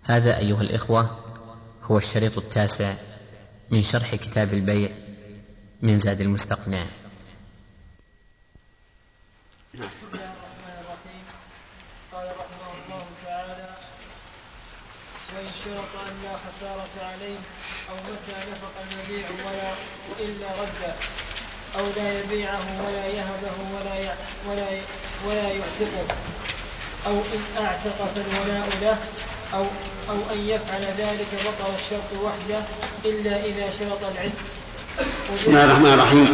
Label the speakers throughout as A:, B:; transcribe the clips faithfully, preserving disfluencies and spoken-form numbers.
A: هذا أيها الإخوة هو الشريط التاسع من شرح كتاب البيع من زاد المستقنع.
B: بسم الله الرحمن الرحيم. قال رحمه الله تعالى: وإن شرط أن لا خسارة عليه أو متى نفق المبيع ولا وإلا رد أو لا يبيعه ولا يهبه ولا ولا ولا يعتقه أو إن أعتق فالولاء له أو أو أن يفعل ذلك بطل الشرط وحده إلا إذا شرط العتق.
C: بسم الله الرحمن الرحيم.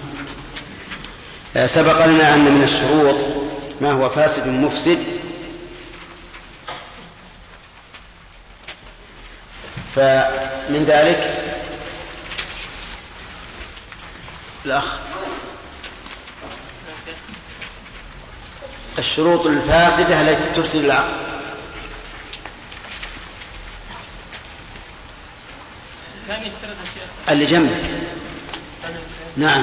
C: سبق لنا أن من الشروط ما هو فاسد مفسد، فمن ذلك الأخ الشروط الفاسدة التي تفسد العقد. اللي جنبك. نعم.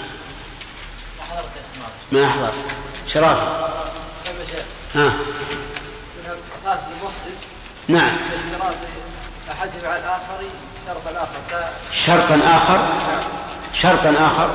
C: ما أحضر شرافة. ها.
D: فاسد مفسد.
C: نعم.
D: اشتراط أحد مع الآخر شرط الآخر.
C: شرطا آخر. شرطا آخر.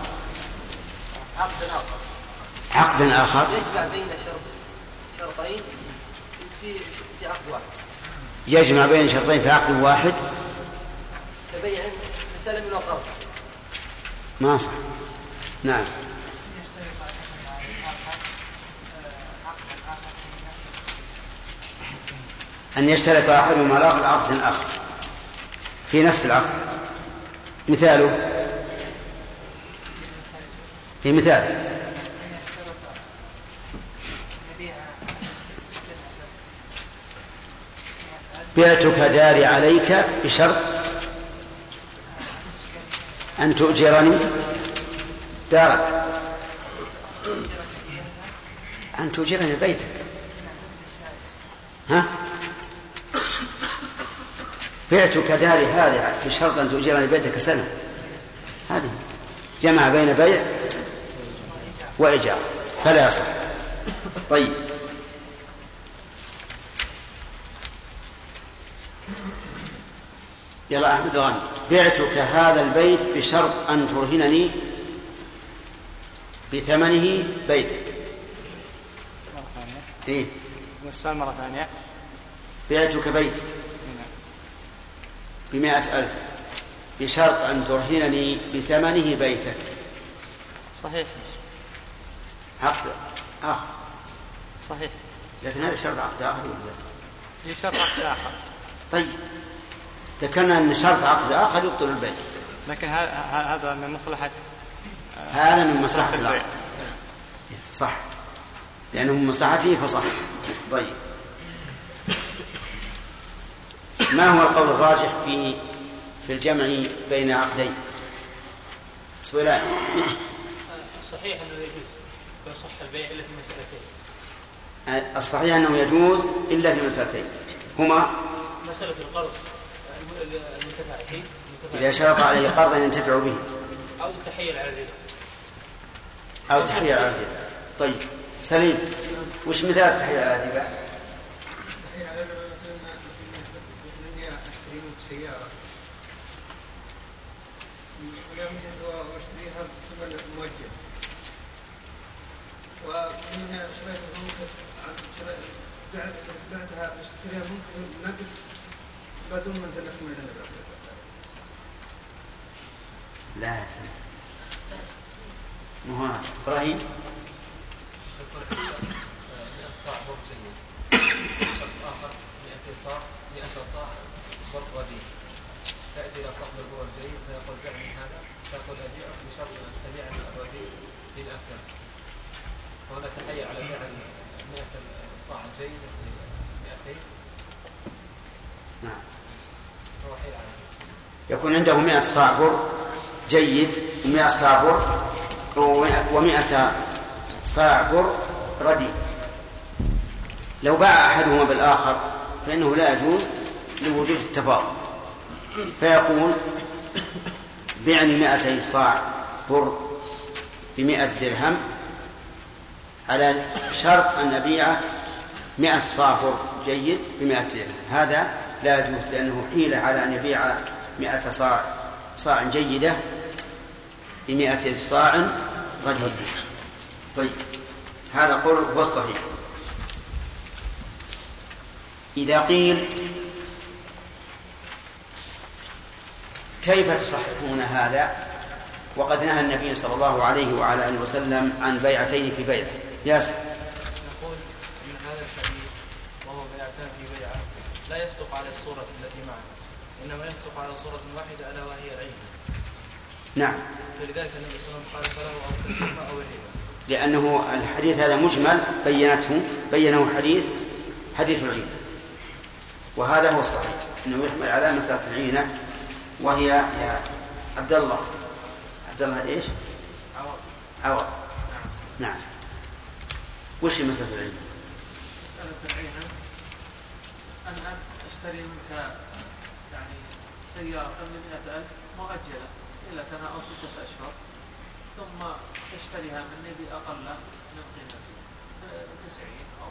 D: عقد آخر.
C: عقد آخر.
D: يجمع بين شرط شرطين في في عقد واحد.
C: يجمع بين شرطين في عقد واحد.
D: كبيع سلم وقرض.
C: ما صح. نعم. أن يشترط أحدهما الآخر عقد آخر في نفس العقد. مثاله في مثال بعتك داري عليك بشرط أن تؤجرني دارك، أن تؤجرني بيتك. ها؟ بعتك داري هذه بشرط أن تؤجرني بيتك سنة. هذه جمع بين بيع وإيجار فلا يصح. طيب، يلا أحمد غانم. بعتك هذا البيت بشرط أن ترهنني بثمنه بيتك.
E: مرة ثانية.
C: إيه؟
E: السؤال مرة ثانية.
C: بعتك بيتك بمائة ألف بشرط أن ترهنني بثمنه بيتك.
E: صحيح.
C: عقد آخر.
E: صحيح.
C: لكن هذا شرط عقد آخر ولا
E: في شرط عقد آخر.
C: طيب، ذكرنا أن شرط عقد آخر يبطل البيع،
E: لكن هذا من مصلحة
C: هذا من مصلحة العقد. صح، لأنه من مصلحته فصح. طيب، ما هو القول الراجح في في الجمع بين عقدين؟ سؤالان.
B: الصحيح أنه يجوز ويصح البيع إلا في مسألتين.
C: الصحيح أنه يجوز إلا في مسألتين هما:
B: مسألة القرض المنتفع فيه
C: إذا شرط عليه قرضا ينتفع به،
B: أو التحيل على الربا.
C: أو تحيل على الربا. طيب سليم، وش مثال التحيل على الربا؟
F: التحيل على الربا مثلا إني أشتري منك سيارة ولم أشتريها بثمن موجه، ومنها شريتها منك بعدها اشتريها منك نقد بدون من تلك من الربا.
C: لا يا سلام. مو هذا إبراهيم.
G: مئة صاع برج جيد، شخص آخر مئة صاع مئة صاع برج رديء، تأتي إلى صاحب البر الجيد فيقول بعني هذا، فيقول أبيعك بشرط أن تبيعني الرديء بالأثمن. وهنا تحيل على بيع مئة صاع جيد مئتين.
C: نعم.
G: هو حيل عليه.
C: يكون عنده مئة صاع بر جيد ومئة صاع بر ومئة صاع بر رديء. لو باع أحدهما بالآخر فإنه لا يجوز لوجود التفاضل، فيقول بعني مئتي صاع بر بمئة درهم على شرط أن أبيعه مئة صاع جيد بمئة درهم، هذا لا يجوز، لأنه حيلة على أن يبيع مئة صاع صاع جيدة بمئة صاع رديئة. طيب هذا قول هو الصحيح. إذا قيل كيف تصححون هذا وقد نهى النبي صلى الله عليه وعلى آله وسلم عن بيعتين في بيعة؟ ياسر.
H: نقول إن هذا الحديث وهو بيعتان في بيعة لا يصدق على الصورة التي معنا، إنما يصدق على صورة واحدة ألا وهي العين.
C: نعم.
H: فلذلك النبي صلى الله عليه وسلم قال فله أو كسرها أو الهبة،
C: لأنه الحديث هذا مجمل بينته بينه حديث حديث العينة، وهذا هو الصحيح أنه يحمل على مسألة العينة، وهي يا عبد الله عبد الله إيش؟
H: عوض.
C: عوض.
H: نعم.
C: نعم. وش مسألة العينة؟
B: مسألة العينة أن أشتري منك يعني سيارة بمئة ألف مؤجلة إلى سنة أو ستة أشهر، ثم تشتريها مني بأقل من قيمتها تسعين أو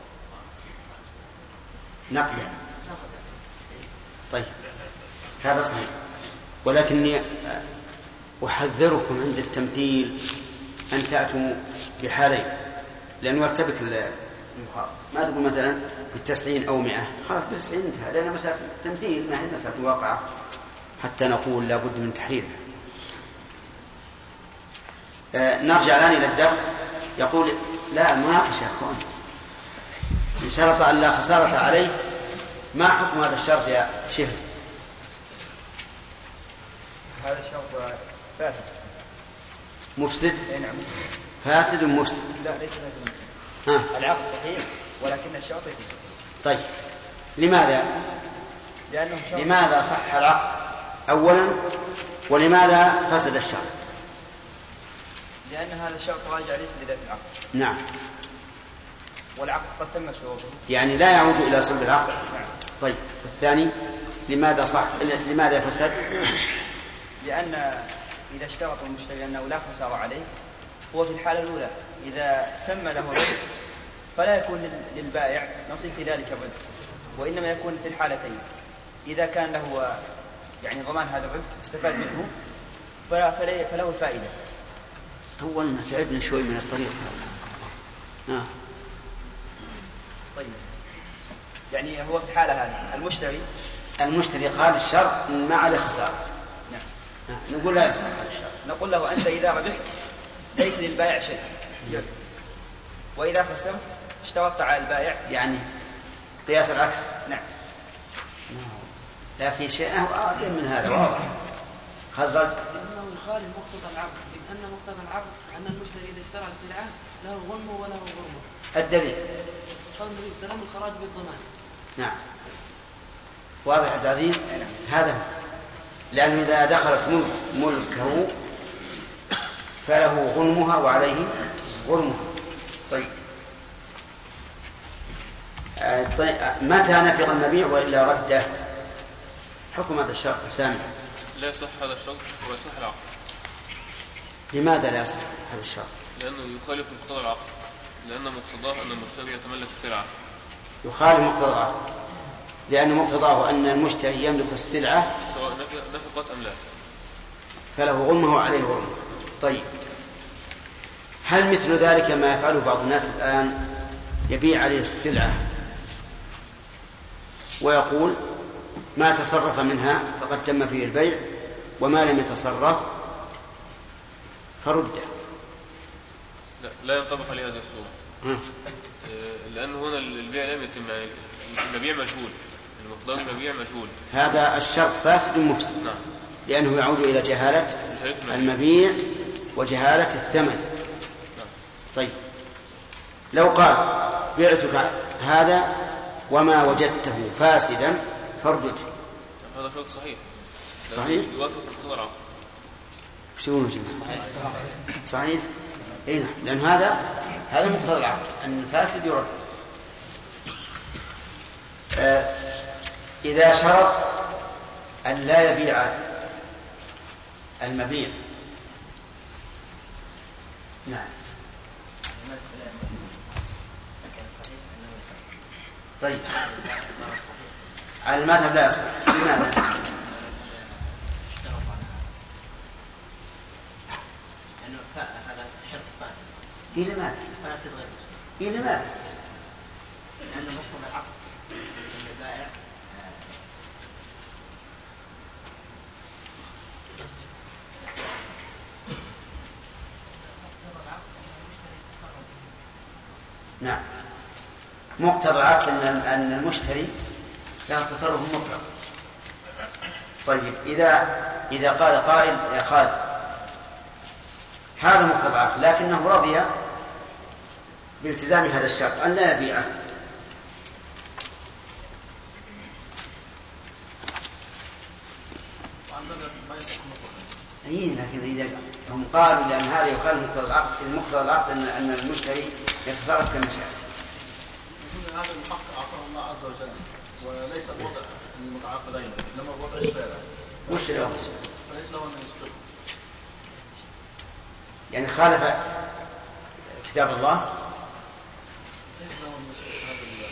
C: نقدا.
B: نقدا.
C: طيب هذا صحيح، ولكني أحذركم عند التمثيل أن تأتوا بحالين، لأنه يرتبك المخاطب. ما تقول مثلا بالتسعين أو مئة، خلاص بالتسعين انتهى، لأن مسألة التمثيل ما هي مسألة واقعة حتى نقول لا بد من تحريرها. آه نرجع الآن إلى الدرس. يقول لا مناقشة يا أخوان، إن شرط أن لا خسارة عليه، ما حكم هذا الشرط يا شيخ؟
I: هذا الشرط فاسد
C: مفسد.
I: اي نعم.
C: فاسد مفسد.
I: لا ليس لازم.
C: ها.
I: العقد صحيح ولكن الشرط ليس صحيح.
C: طيب لماذا؟
I: لأنه شرط.
C: لماذا صح العقد أولا، ولماذا فسد الشرط؟
I: لأن هذا الشرط راجع ليس لذات العقد.
C: نعم.
I: والعقد قد تم شروطه،
C: يعني لا يعود إلى صلب العقد.
I: نعم.
C: طيب الثاني لماذا صح لماذا فسد؟
I: لأن إذا اشترط المشتري أنه لا خسارة عليه، هو في الحالة الأولى إذا تم له الربح فلا يكون للبائع نصيب في ذلك الربح، وإنما يكون في الحالتين. إذا كان له يعني ضمان هذا الربح استفاد منه فله الفائدة.
C: أول تعبنا شوي من الطريق. آه.
I: طيب يعني هو في الحالة هذه المشتري
C: المشتري قال الشرط ما عليه خسارة.
I: نعم.
C: آه. نقول لا يصح هذا الشرط.
I: نقول له أنت إذا ربحت ليس للبائع شيء، وإذا خسر اشترطت على البائع،
C: يعني قياس العكس.
I: نعم.
C: لا في شيء أعظم من هذا واضح. خسرت
B: إنه يخالف مقتضى العقد، لأن مقتضى العقد أن المشتري إذا اشترى السلعة له غنم وله غرمة.
C: الدليل
B: قال النبي صلى الله عليه وسلم الخراج بالضمان.
C: نعم. واضح عبد العزيز؟ هذا هو. لأنه إذا دخلت ملك ملكه فله غنمها وعليه غرمها. طيب. طيب متى نفق المبيع وإلا رده؟ حكم هذا الشرط سامع.
J: لا يصح هذا الشرط ويصح العقد.
C: لماذا لا يصح هذا الشرط؟
J: لأنه يخالف مقتضى العقد، لأن مقتضاه أن المشتري يتملك السلعة.
C: يخالف مقتضى العقد لأن مقتضاه أن المشتري يملك السلعة
J: سواء نفقت أم لا،
C: فله غنمه وعليه غرمه. طيب هل مثل ذلك ما يفعله بعض الناس الآن؟ يبيع عليه السلعة ويقول ما تصرف منها فقد تم فيه البيع، وما لم يتصرف فرده.
J: لا, لا ينطبق عليه هذا الصورة، لأن هنا البيع لم يتم، يعني المبيع مجهول، المقدار المبيع مجهول.
C: هذا الشرط فاسد مفسد.
J: نعم.
C: لأنه يعود إلى جهالة المبيع وجهالة الثمن.
J: نعم.
C: طيب لو قال بعتك هذا وما وجدته فاسدا فردده،
J: هذا شرط صحيح.
C: صحيح.
J: يوافق مقتضى العقد.
C: شو صحيح. صحيح. اي نعم، لأن هذا هذا مقتضى العقد أن الفاسد يرد. آه إذا شرط أن لا يبيع المبيع. نعم. طيب على المذهب لا يصح. لماذا؟
K: لأنه هذا شرط فاسد.
C: إلى ماذا؟
K: فاسد غير
C: إلى ماذا؟
K: لأنه مقتضى العقد البائع
C: نعم، مقتضى العقد أن المشتري له تصرف مطلق. طيب إذا إذا قال قائل يا خالد هذا مقتضى العقد لكنه رضي بالتزام هذا الشرط أن لا يبيعه، إيه لكن إذا هم قالوا لأن هذا يخالف مقتضى العقد، المقتضى العقد أن أن المشتري يتصرف كما شاء.
L: هذا الحق أعطاه الله عز وجل وليس الوضع للمتعاقدين إنما الوضع الشارع.
C: وش له؟
L: فليس له أن يسبقه.
C: يعني خالف كتاب الله.
L: ليس له أن يسبق هذا ال...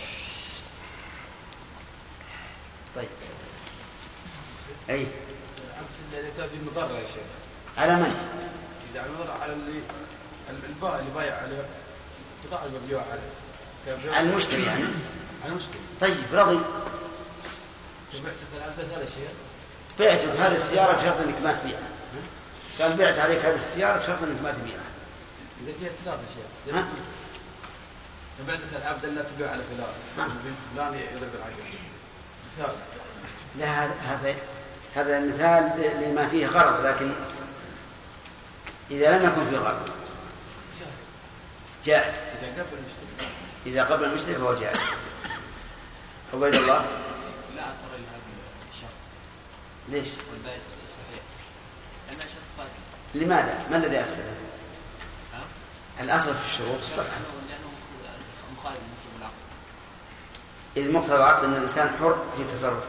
C: طيب. أي.
M: عكس اللي تأتي المضرة يا شيخ.
C: على من؟
M: إذا على المضرة على اللي البائع اللي بايع على قطاع المبيوع عليه.
C: على المشتري يعني.
M: على المشتري.
C: طيب رضي.
M: بعتك الأسباب هذا الشيء.
C: بعتك هذه السيارة بشرط أنك ما تبيعها. قال بعت عليك هذه السيارة بشرط أنك ما تبيعها.
M: إذا فيها اختلاف يا شيخ. ها؟ بعتك العبد لا تبيع على فلان. فلان يضرب العقد.
C: لا هذا هذا المثال لما فيه غرض، لكن إذا لم يكن فيه غرض جائز. إذا قبل المشتري فهو جائز. عبيد الله.
G: لا أثر لهذا الشرط.
C: ليش؟
G: والبائع صحيح. لأنه شرط فاسد.
C: لماذا؟ ما الذي أفسده؟ الأصل في الشروط الصحة.
G: لأنه مخالف لمقتضى العقد.
C: إذ مقتضى العقد أن الإنسان حر في تصرفه.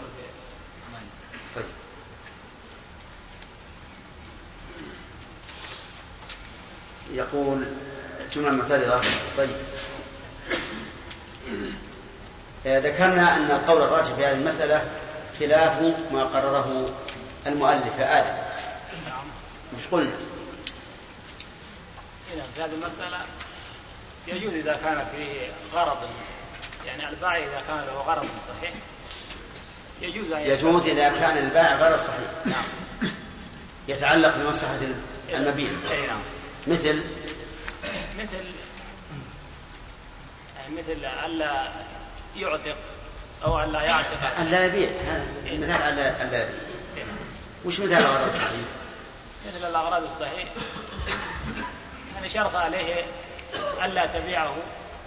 C: طيب. يقول جملة معترضة. طيب. ذكرنا أن القول الراجح في هذه المسألة خلاف ما قرره المؤلف آدم. مش قلنا؟
N: في هذه المسألة يجوز إذا كان فيه غرض، يعني البائع إذا كان له غرض صحيح يجوز أن
C: يجوز إذا كان البائع غرض صحيح. نعم. يتعلق بمصلحة المبيع.
N: أي نعم.
C: مثل
N: مثل يعني مثل ألا يعتق أو ألا يعتق.
C: ألا يبيع. هذا مثال ألا ألا يبيع. وش مثال الغرض الصحيح؟
N: مثل الأغراض الصحيح يعني شرط عليه ألا تبيعه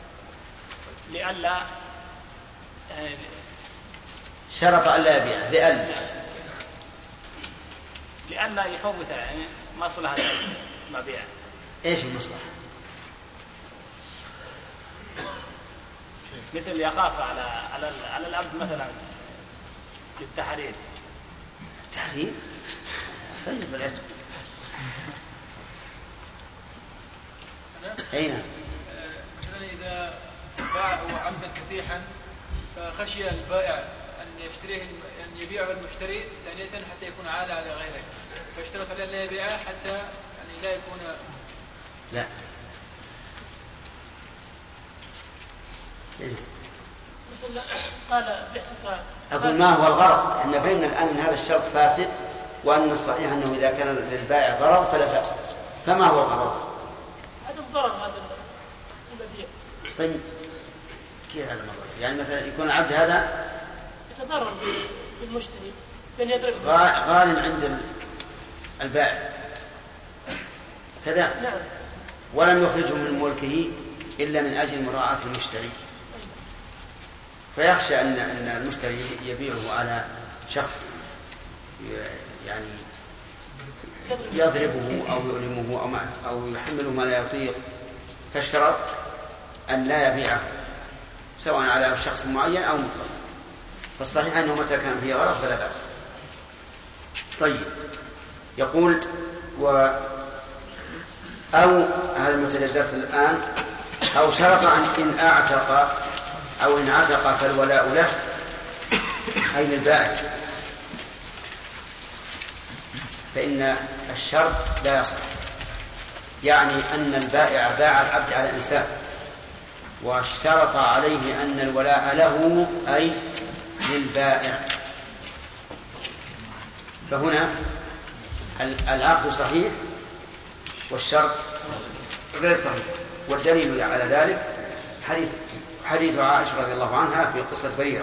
N: لألا يعني
C: شرط ألا يبيعه لألا
N: لألا يفوت يعني مصلحة المبيع.
C: إيش المصلحة؟
N: مثل يخاف على على على الأب مثلا للتحرير.
C: التحرير؟ طيب العتق. أين؟
O: مثلا إذا باعه عمدا فسيحا فخشي البائع أن يشتريه أن يبيعه المشتري ثانية حتى يكون عالة على غيره، فاشترط عليه أن لا يبيعه حتى يعني لا يكون.
C: لا.
B: مثل قال باعتقاد.
C: أقول ما هو الغرض؟ احنا فهمنا الآن أن هذا الشرط فاسد وأن الصحيح أنه إذا كان للبائع غرض فلا بأس. فما هو الغرض؟
B: هذا الضرر هذا البيع.
C: طيب كيف هذا الموضوع؟ يعني مثلا يكون العبد هذا
B: يتضرر بالمشتري بأن يضرب
C: غالب عند البائع كذا.
B: نعم.
C: ولم يخرجه من ملكه إلا من أجل مراعاة المشتري، فيخشى أن أن المشتري يبيعه على شخص يعني يضربه أو يؤلمه أو أو يحمله ما لا يطيق، فاشترط أن لا يبيعه سواء على شخص معين أو مطلق. فالصحيح أنه متى كان فيه غرض فلا بأس. طيب يقول و أو هذا المتجدد الآن أو شرط أن إن أعتق أو إن عتق فالولاء له أي للبائع، فإن الشرط لا يصح، يعني أن البائع باع العبد على الإنسان واشترط عليه أن الولاء له أي للبائع، فهنا العقد صحيح والشرط غير صحيح. والدليل على ذلك حديث حديث عائشة رضي الله عنها في قصة بريرة،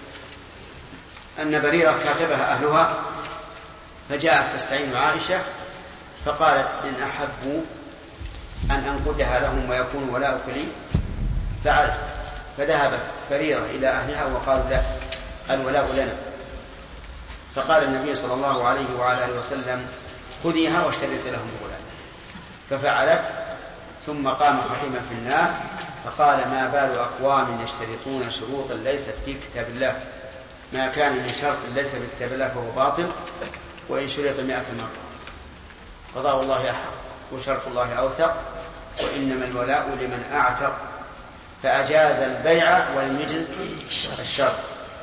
C: أن بريرة كاتبها أهلها فجاءت تستعين عائشة فقالت إن أحبوا أن أنقدها لهم ويكون ولاؤك لي فعلت، فذهبت بريرة إلى أهلها وقالوا لا الولاء لنا، فقال النبي صلى الله عليه وعلى آله وسلم خذيها واشتريت لهم الولاء، ففعلت. ثم قام خطيبا في الناس فقال ما بال أقوام يشترطون شروطا ليست في كتاب الله، ما كان من شرط ليس في كتاب الله فهو باطل، وإن شرط مئة مرة قضاء الله أحق وشرط الله أوثق، وإنما الولاء لمن أعتق، فأجاز البيع ولم يجز الشرط.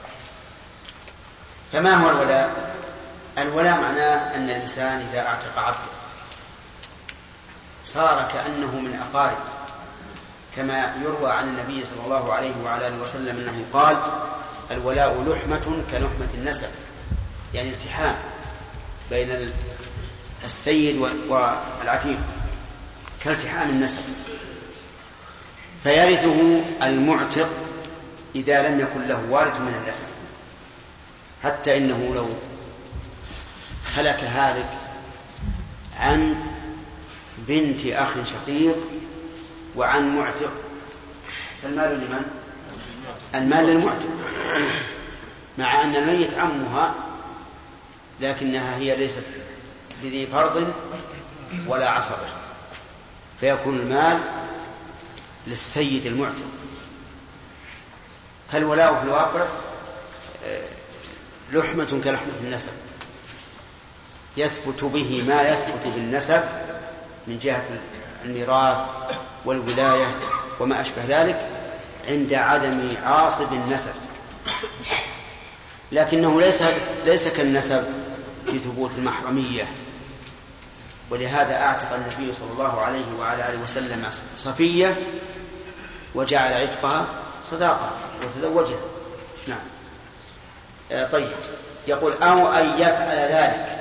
C: فما هو الولاء؟ الولاء معناه أن الإنسان إذا أعتق عبده صار كأنه من أقارب، كما يروى عن النبي صلى الله عليه وعلى آله وسلم أنه قال الولاء لحمة كلحمة النسب، يعني التحام بين السيد والعتيق كالتحام النسب، فيرثه المعتق إذا لم يكن له وارث من النسب، حتى إنه لو هلك هالك عن بنت أخ شقيق وعن معتق فالمال لمن؟ المال للمعتق، مع أن الميت عمها لكنها هي ليست بذي فرض ولا عصبة، فيكون المال للسيد المعتق. فالولاء في الواقع لحمة كلحمة النسب، يثبت به ما يثبت بالنسب من جهة الميراث والولاية وما أشبه ذلك عند عدم عاصب النسب، لكنه ليس ليس كالنسب في ثبوت المحرمية. ولهذا أعتق النبي صلى الله عليه وعلى آله وسلم صفية وجعل عتقها صداقة وتزوجها. نعم. آه طيب، يقول أو أن يفعل ذلك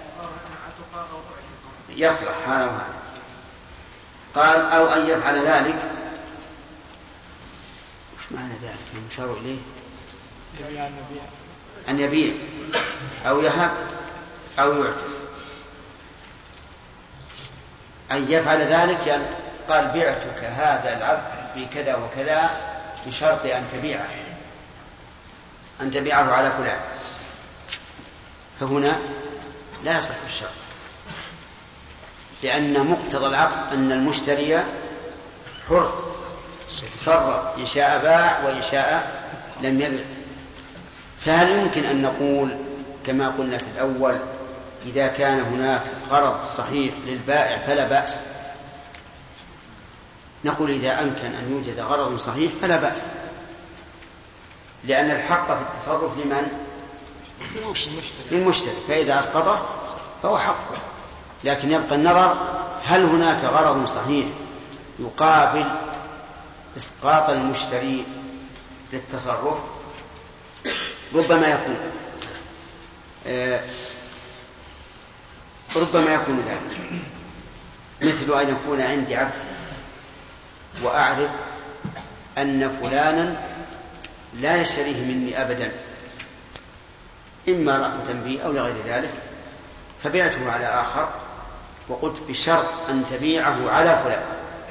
C: يصلح هذا وهذا. قال أو أن يفعل ذلك، وش معنى ذلك؟ المشار إليه أن يبيع أو يهب أو يعتق. أن يفعل ذلك يعني قال بعتك هذا العبد في كذا وكذا بشرط أن تبيعه أن تبيعه على فلان، فهنا لا يصح الشرط، لأن مقتضى العقد أن المشتري حر يتصرف، إن شاء باع وإن شاء لم يبع. فهل يمكن أن نقول كما قلنا في الأول إذا كان هناك غرض صحيح للبائع فلا بأس؟ نقول إذا أمكن أن يوجد غرض صحيح فلا بأس، لأن الحق في التصرف لمن؟ للمشتري، فإذا أسقطه فهو حقه. لكن يبقى النظر هل هناك غرض صحيح يقابل إسقاط المشتري للتصرف؟ ربما يكون آه ربما يكون ذلك، مثل أن يكون عندي عبد وأعرف أن فلانا لا يشتريه مني أبدا، إما رحمة بي أو لغير ذلك، فبعته على آخر وقلت بشرط أن تبيعه على فلان،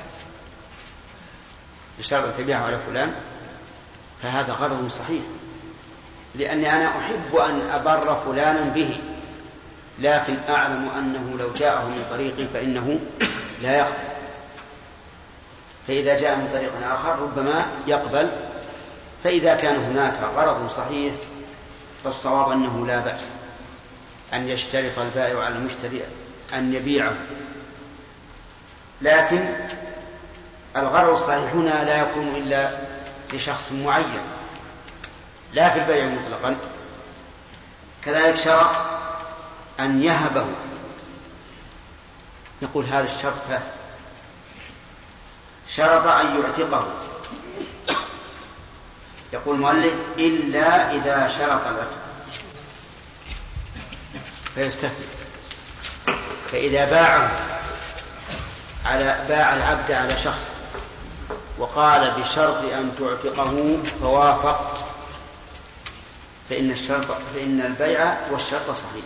C: بشرط أن تبيعه على فلان، فهذا غرض صحيح، لأني أنا أحب أن أبر فلانا به، لكن أعلم أنه لو جاءه من طريق فإنه لا يقبل، فإذا جاء من طريق آخر ربما يقبل. فإذا كان هناك غرض صحيح فالصواب أنه لا بأس أن يشترط البائع على المشتري أن يبيعه، لكن الغرض الصحيح هنا لا يكون إلا لشخص معين لا في البيع مطلقا، كذلك شرط أن يهبه، نقول هذا الشرط فاسد. شرط أن يعتقه، يقول المؤلف إلا إذا شرط العتق فيستثني. فإذا باعه على باع العبد على شخص وقال بشرط أن تعتقه فوافق، فإن الشرط فإن البيع والشرط صحيح.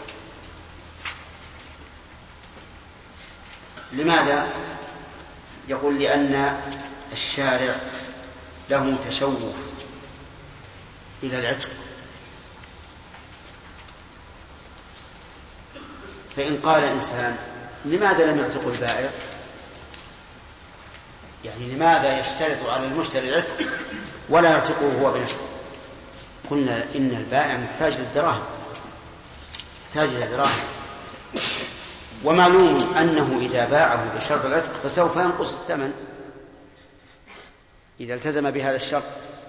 C: لماذا؟ يقول لأن الشارع له تشوف إلى العتق، فإن قال إنسان لماذا لم يعتق البائع، يعني لماذا يشترط على المشتري العتق ولا يعتقه هو بنفسه؟ قلنا إن البائع محتاج للدراهم، محتاج إلى دراهم، ومعلوم أنه إذا باعه بشرط العتق فسوف ينقص الثمن إذا التزم بهذا الشرط،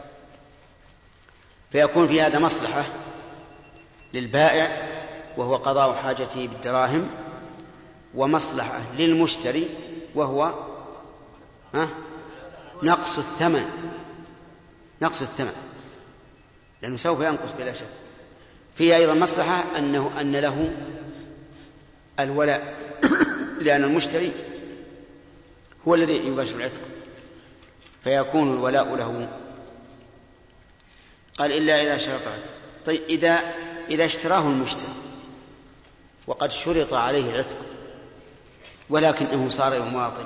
C: فيكون في هذا مصلحة للبائع وهو قضاء حاجته بالدراهم، ومصلحة للمشتري وهو ها نقص الثمن، نقص الثمن لأنه سوف ينقص بلا شك. فيه أيضا مصلحة أنه أن له الولاء لأن المشتري هو الذي يباشر العتق فيكون الولاء له. قال إلا إذا شرط العتق. طيب إذا إذا اشتراه المشتري وقد شرط عليه العتق ولكنه صار يماطل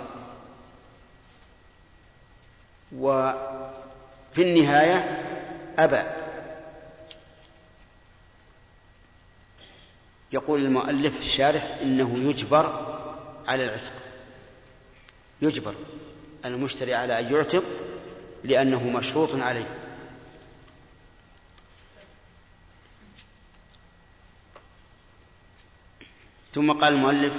C: وفي النهاية أبى، يقول المؤلف الشارح إنه يجبر على العتق، يجبر المشتري على أن يعتق لأنه مشروط عليه. ثم قال المؤلف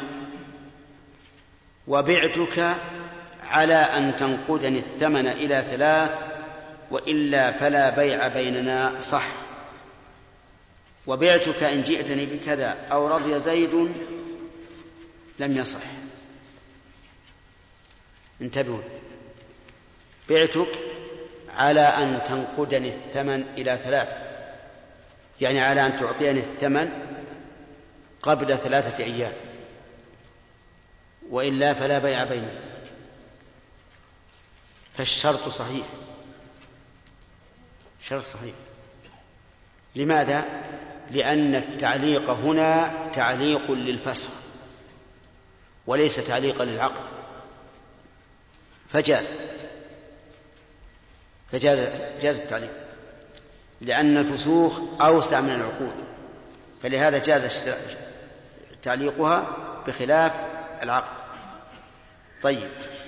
C: وبعتك على أن تنقدني الثمن إلى ثلاث وإلا فلا بيع بيننا صح. وبعتك إن جئتني بكذا أو رضي زيد لم يصح. انتبهوا، بعتك على أن تنقدني الثمن إلى ثلاث، يعني على أن تعطيني الثمن قبل ثلاثة أيام وإلا فلا بيع بيننا. فالشرط صحيح، شرط صحيح. لماذا؟ لأن التعليق هنا تعليق للفسخ وليس تعليقا للعقد، فجاز فجاز جاز التعليق لأن الفسوخ أوسع من العقود، فلهذا جاز تعليقها بخلاف العقد. طيب،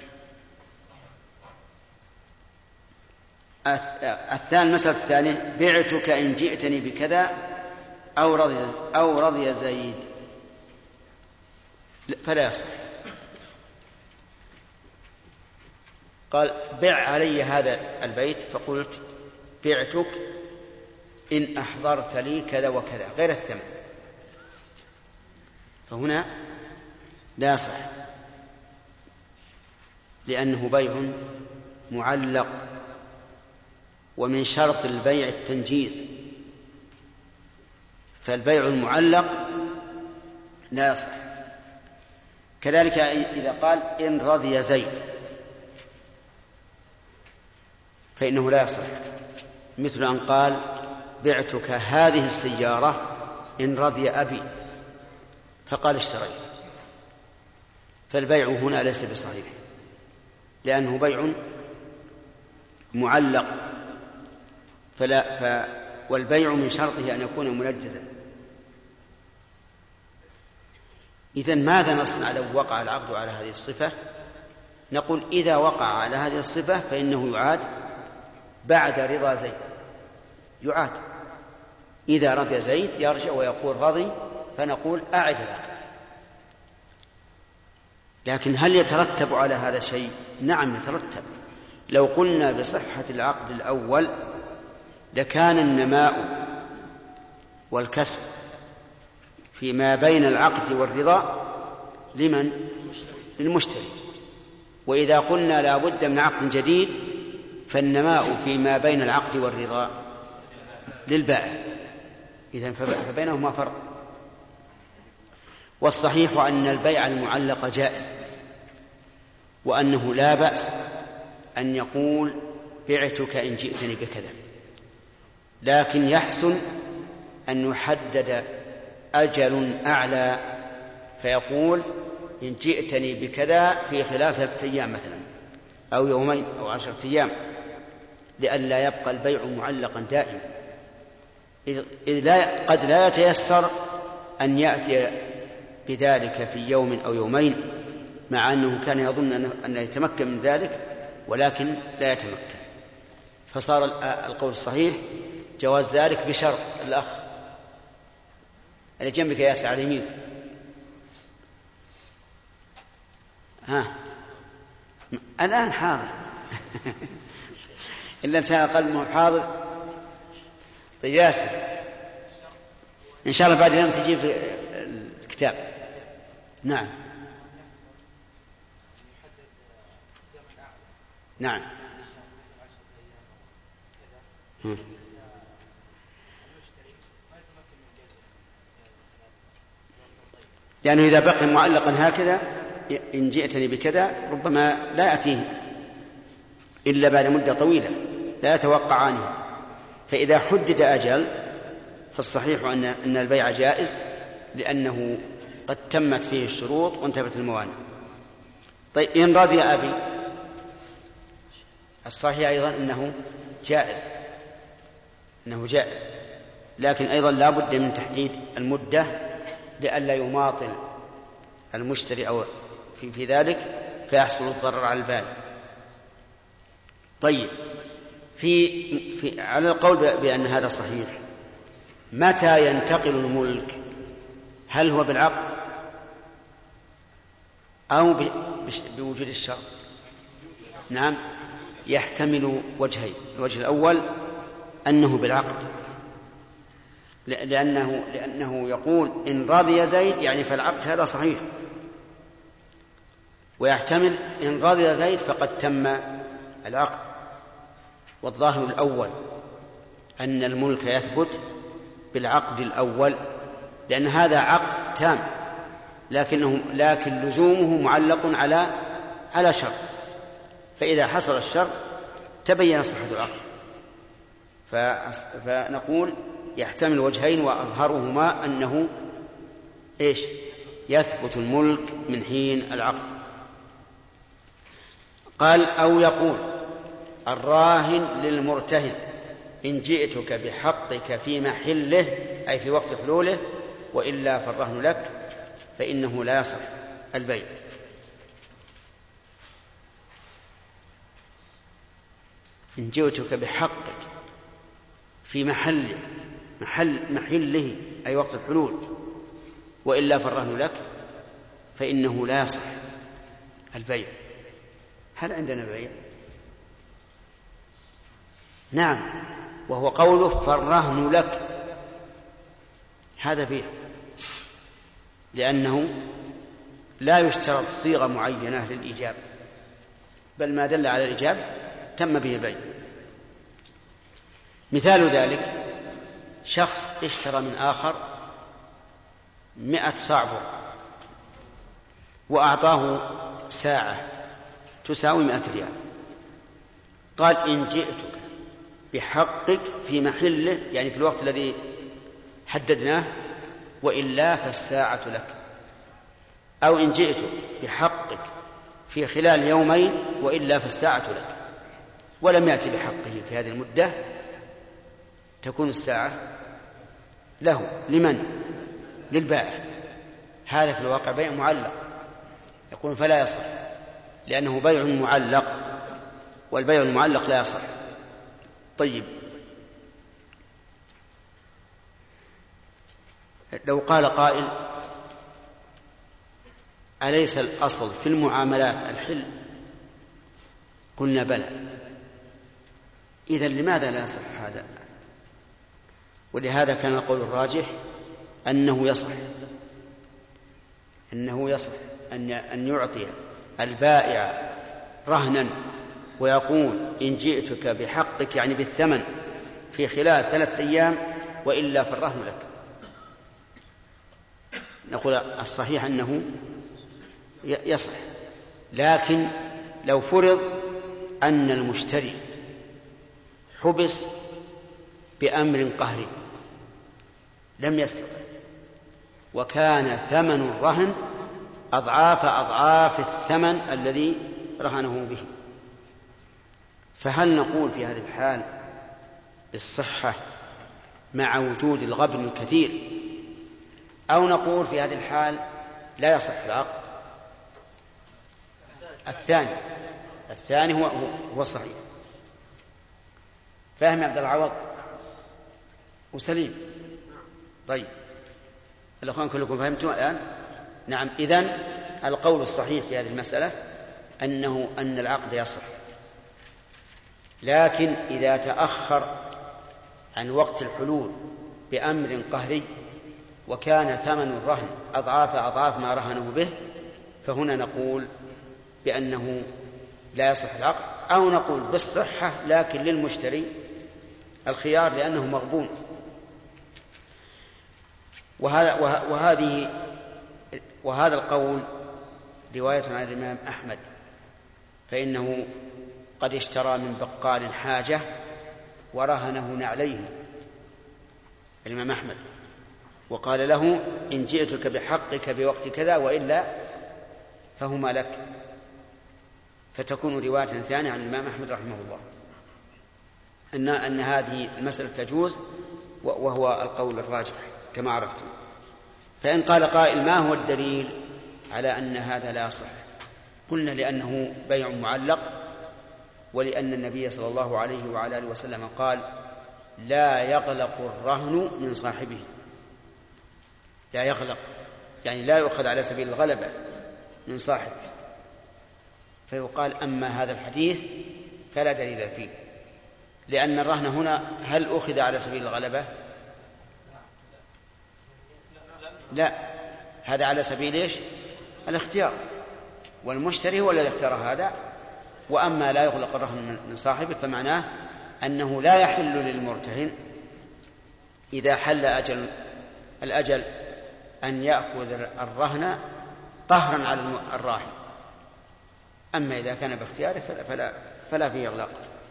C: الثاني المسألة الثانية بعتك إن جئتني بكذا أو رضي, أو رضي زيد فلا يصح. قال بع علي هذا البيت، فقلت بعتك إن أحضرت لي كذا وكذا غير الثمن، فهنا لا يصح لأنه بيع معلق، ومن شرط البيع التنجيز، فالبيع المعلق لا يصح. كذلك إذا قال إن رضي زيد فإنه لا يصح، مثل أن قال بعتك هذه السيارة إن رضي أبي فقال اشتريت، فالبيع هنا ليس بصحيح لأنه بيع معلق، فلا ف والبيع من شرطه أن يكون منجزا. إذن ماذا نصنع لو وقع العقد على هذه الصفة؟ نقول إذا وقع على هذه الصفة فإنه يعاد بعد رضا زيد، يعاد. إذا رضي زيد يرجع ويقول رضي، فنقول أعد العقد. لكن هل يترتب على هذا شيء؟ نعم يترتب، لو قلنا بصحة العقد الأول لكان النماء والكسب فيما بين العقد والرضا لمن؟ للمشتري. وإذا قلنا لا بد من عقد جديد فالنماء فيما بين العقد والرضا للبائع، إذن فبينهما فرق. والصحيح أن البيع المعلق جائز، وأنه لا بأس أن يقول بعتك إن جئتني بكذا، لكن يحسن أن يحدد أجل أعلى فيقول إن جئتني بكذا في خلال ثلاثة أيام مثلا أو يومين أو عشرة أيام، لئلا يبقى البيع معلقا دائما، إذ لا قد لا يتيسر أن يأتي بذلك في يوم أو يومين، مع أنه كان يظن أنه يتمكن من ذلك ولكن لا يتمكن. فصار القول الصحيح جواز ذلك بشرط. الأخ اللي جنبك ياسر على اليمين، ها الآن حاضر إلا إنسان قلبه حاضر. طيب ياسر إن شاء الله بعد اليوم تجيب الكتاب. نعم نعم هم. لأنه إذا بقي معلقا هكذا إن جئتني بكذا ربما لا يأتيه إلا بعد مدة طويلة لا يتوقعانه. فإذا حدد أجل فالصحيح أن البيع جائز، لأنه قد تمت فيه الشروط وانتبت الموانع. طيب إن رضي أبي، الصحيح أيضا أنه جائز، أنه جائز، لكن أيضا لا بد من تحديد المدة لئلا يماطل المشتري أو في, في ذلك فيحصل الضرر على البائع. طيب في, في على القول بأن هذا صحيح، متى ينتقل الملك؟ هل هو بالعقد أو بوجود الشرط؟ نعم يحتمل وجهين. الوجه الأول أنه بالعقد، لأنه, لأنه يقول إن رضي زيد يعني فالعقد هذا صحيح، ويحتمل إن رضي زيد فقد تم العقد. والظاهر الأول أن الملك يثبت بالعقد الأول، لأن هذا عقد تام، لكنه لكن لزومه معلق على على شرط، فإذا حصل الشرط تبين صحة العقد. فنقول يحتمل وجهين، وأظهرهما أنه إيش؟ يثبت الملك من حين العقد. قال أو يقول الراهن للمرتهن إن جئتك بحقك في محله أي في وقت حلوله وإلا فالرهن لك، فإنه لا يصح البيع. إن جئتك بحقك في محله محل محله أي وقت الحلول وإلا فالرهن لك، فإنه لا يصح البيع. هل عندنا بيع؟ نعم، وهو قوله فالرهن لك، هذا بيع، لأنه لا يشترط صيغة معينة للإيجاب، بل ما دل على الإيجاب تم به البيع. مثال ذلك شخص اشترى من آخر مئة صاع بر وأعطاه ساعة تساوي مئة ريال، قال إن جئتك بحقك في محله يعني في الوقت الذي حددناه وإلا فالساعة لك، أو إن جئتك بحقك في خلال يومين وإلا فالساعة لك، ولم يأتي بحقه في هذه المدة، تكون الساعة له. لمن؟ للبائع. هذا في الواقع بيع معلق، يقول فلا يصح لأنه بيع معلق، والبيع المعلق لا يصح. طيب لو قال قائل أليس الأصل في المعاملات الحل؟ قلنا بلى. إذن لماذا لا يصح هذا؟ ولهذا كان القول الراجح أنه يصح أنه يصح أن أن يعطي البائع رهنا ويقول إن جئتك بحقك يعني بالثمن في خلال ثلاثة أيام وإلا فالرهن لك. نقول الصحيح أنه يصح، لكن لو فرض أن المشتري حبس بأمر قهري لم يستطع وكان ثمن الرهن أضعاف أضعاف الثمن الذي رهنه به، فهل نقول في هذه الحال بالصحة مع وجود الغبن الكثير، أو نقول في هذه الحال لا يصح العقد؟ الثاني الثاني هو هو الصحيح. فاهم يا عبد العوض وسليم؟ طيب الأخوان كلكم فهمتوا الآن؟ نعم. إذن القول الصحيح في هذه المسألة أنه أن العقد يصح، لكن إذا تأخر عن وقت الحلول بأمر قهري وكان ثمن الرهن أضعاف أضعاف ما رهنه به فهنا نقول بأنه لا يصح العقد، أو نقول بالصحة لكن للمشتري الخيار لأنه مغبون. وهذا وهذه وهذا القول رواية عن الإمام أحمد، فإنه قد اشترى من بقال حاجة ورهنه نعليه الإمام أحمد وقال له إن جئتك بحقك بوقت كذا وإلا فهما لك، فتكون رواية ثانية عن الإمام أحمد رحمه الله أن أن هذه المسألة تجوز، وهو القول الراجح كما عرفتم. فإن قال قائل ما هو الدليل على أن هذا لا يصح؟ قلنا لأنه بيع معلق، ولأن النبي صلى الله عليه وعلى آله وسلم قال لا يغلق الرهن من صاحبه. لا يغلق يعني لا يؤخذ على سبيل الغلبة من صاحبه، فيقال أما هذا الحديث فلا دليل فيه، لأن الرهن هنا هل أخذ على سبيل الغلبة؟ لا، هذا على سبيل إيش؟ الاختيار، والمشتري هو الذي اختار هذا. وأما لا يغلق الرهن من صاحبه فمعناه أنه لا يحل للمرتهن إذا حل أجل الأجل أن يأخذ الرهن قهرا على الراهن، أما إذا كان باختياره فلا, فلا, فلا فيه إغلاق.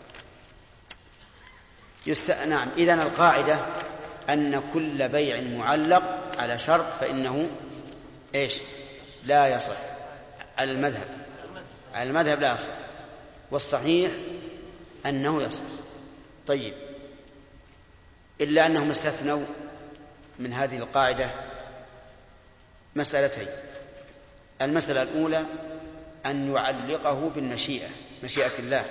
C: يست... نعم. إذن القاعدة أن كل بيع معلق على شرط فإنه إيش؟ لا يصح على المذهب على المذهب لا يصح، والصحيح أنه يصح. طيب، إلا أنهم استثنوا من هذه القاعدة مسألتين. المسألة الأولى أن يعلقه بالمشيئة، مشيئة الله،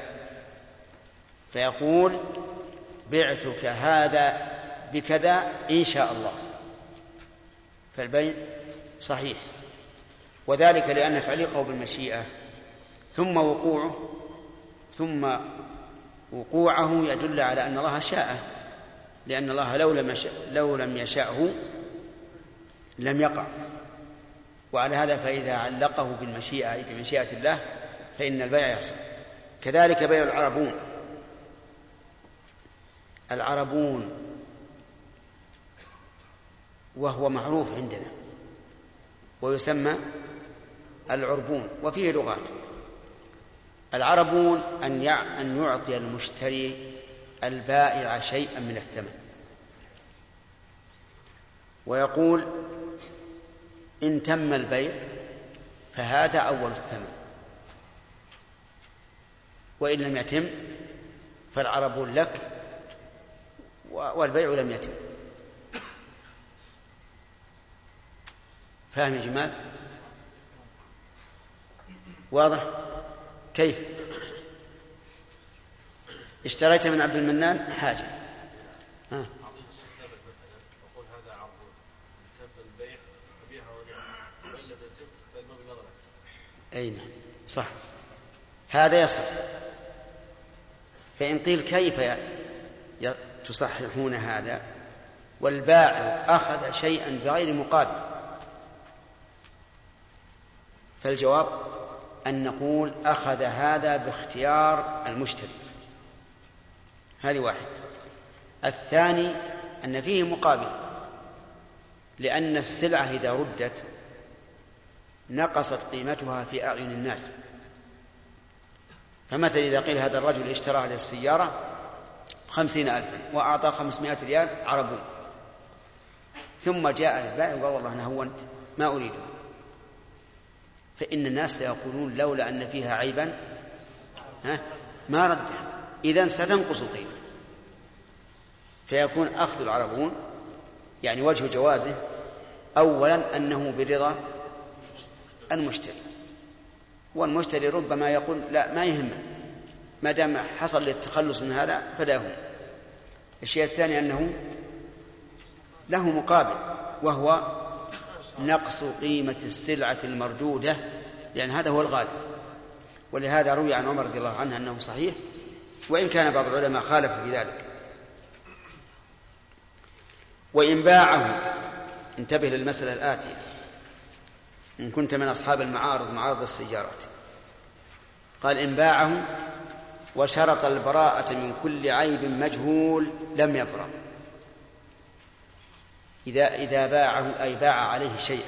C: فيقول بعتك هذا بكذا إن شاء الله، فالبيع صحيح. وذلك لأن تعليقه بالمشيئة ثم وقوعه ثم وقوعه يدل على أن الله شاءه، لأن الله لو لم يشاء لو لم يشاءه لم يقع. وعلى هذا فإذا علقه بالمشيئة أي بمشيئة الله فإن البيع يصح. كذلك بيع العربون. العربون وهو معروف عندنا ويسمى العربون، وفيه لغات. العربون أن أن يعطي المشتري البائع شيئا من الثمن ويقول إن تم البيع فهذا أول الثمن، وإن لم يتم فالعربون لك والبيع لم يتم. فاهم يا جمال؟ واضح؟ كيف؟ اشتريت من عبد المنان حاجة، ها. أين؟ صح، هذا يصح. فإن قيل كيف تصححون هذا والبائع أخذ شيئا بغير مقابل؟ فالجواب أن نقول أخذ هذا باختيار المشتري. هذه واحدة. الثاني أن فيه مقابل، لأن السلعة إذا ردت نقصت قيمتها في أعين الناس. فمثلا إذا قيل هذا الرجل اشترى هذه السيارة خمسين ألفا وأعطى خمسمائة ريال عربون، ثم جاء البائع وقال والله أنا هونت ما أريدها، فإن الناس سيقولون لولا أن فيها عيبا ها ما ردها، إذن ستنقص القيمة. فيكون أخذ العربون يعني وجه جوازه أولا أنه برضا المشتري، والمشتري ربما يقول لا ما يهم ما دام حصل للتخلص من هذا فلا هم. الشيء الثاني أنه له مقابل وهو نقص قيمة السلعة المردودة، لأن هذا هو الغالب. ولهذا روي عن عمر رضي الله عنه أنه صحيح، وإن كان بعض العلماء خالف في ذلك. وإن باعه، انتبه للمسألة الآتية، إن كنت من أصحاب المعارض معارض السيارات، قال إن باعه وشرط البراءة من كل عيب مجهول لم يبرأ. إذا إذا باعه أي باع عليه شيئا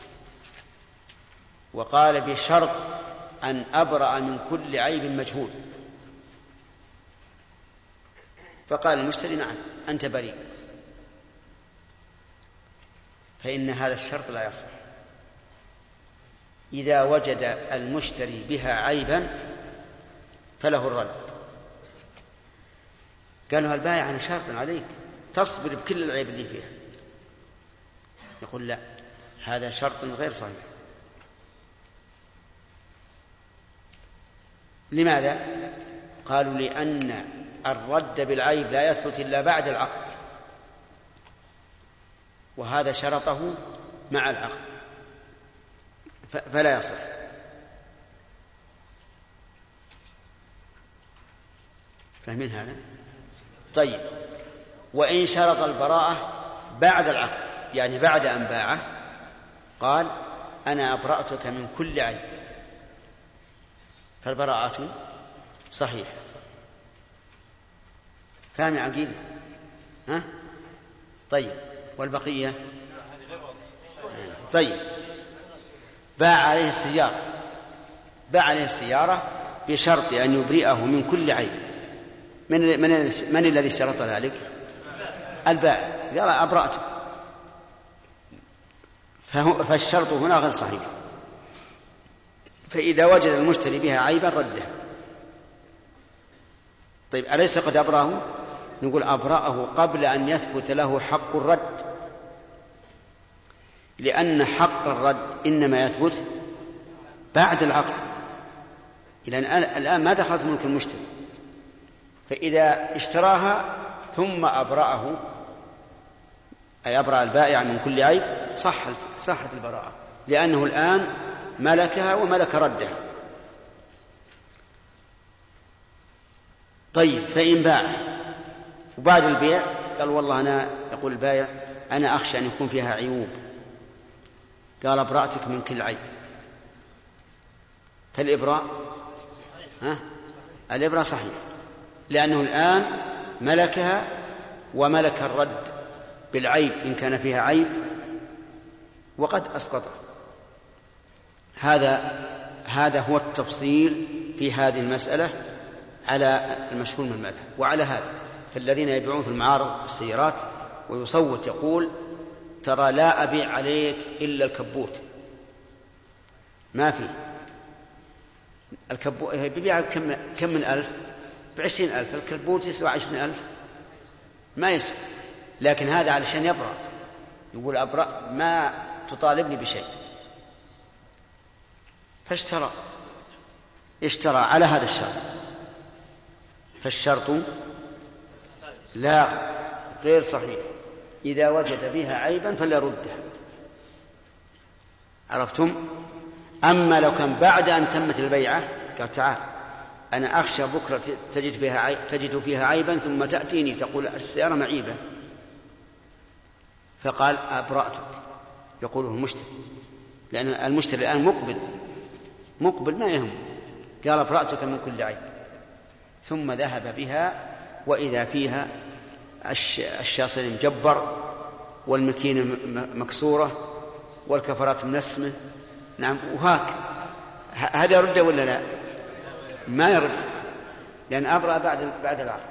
C: وقال بشرط أن أبرأ من كل عيب مجهول، فقال المشتري نعم أنت بريء، فإن هذا الشرط لا يصح. إذا وجد المشتري بها عيبا فله الرد. قالوا البائع أنا شرط عليك تصبر بكل العيب اللي فيها، يقول لا هذا شرط غير صحيح. لماذا؟ قالوا لأن الرد بالعيب لا يثبت إلا بعد العقد، وهذا شرطه مع العقد فلا يصح. فاهمين هذا؟ طيب، وإن شرط البراءة بعد العقد يعني بعد أن باعه قال أنا أبرأتك من كل عيب، فالبراءة صحيحة. فاهم عقيلة؟ ها؟ طيب، والبقية؟ طيب، باع عليه السيارة باع عليه السيارة بشرط أن يبرئه من كل عيب. من, من, من الذي شرط ذلك؟ البائع، قال أبرأته، فالشرط هنا غير صحيح. فإذا وجد المشتري بها عيبا ردها. طيب، أليس قد أبرأه؟ نقول أبرأه قبل أن يثبت له حق الرد، لأن حق الرد إنما يثبت بعد العقد. الآن ما دخلت ملك المشتري، فإذا اشتراها ثم أبرأه أي أبرأ البائع من كل عيب صحت صحت البراءة، لأنه الآن ملكها وملك ردها. طيب، فإن باع وبعد البيع قال والله أنا يقول البائع أنا أخشى أن يكون فيها عيوب، قال أبرأتك من كل عيب، فالإبراء ها؟ الإبراء صحيح، لأنه الآن ملكها وملك الرد بالعيب إن كان فيها عيب وقد أسقطه. هذا هذا هو التفصيل في هذه المسألة على المشهور من المذهب. وعلى هذا فالذين يبيعون في المعارض السيارات ويصوت يقول ترى لا أبيع عليك إلا الكبوت، ما في الكبوت بيبيع كم كم من ألف؟ بعشرين ألف، الكبوت يسوى عشرين ألف ما يسوى، لكن هذا علشان يبرأ، يقول أبرأ ما تطالبني بشيء، فاشترى اشترى على هذا الشرط، فالشرط لا غير صحيح. إذا وجد بها عيبا فليردها. عرفتم؟ أما لو كان بعد أن تمت البيعة قال تعال أنا أخشى بكرة تجد فيها عيب تجد فيها عيبا ثم تأتيني تقول السيارة معيبة، فقال أبرأتك، يقوله المشتري، لأن المشتري الآن مقبل مقبل ما يهم، قال أبرأتك من كل عيب، ثم ذهب بها وإذا فيها الشاصل مجبر والمكينة مكسورة والكفرات منسمة. نعم، وهاك هذا يرد ولا لا؟ ما يرد، لأن أبرأ بعد بعد العقد.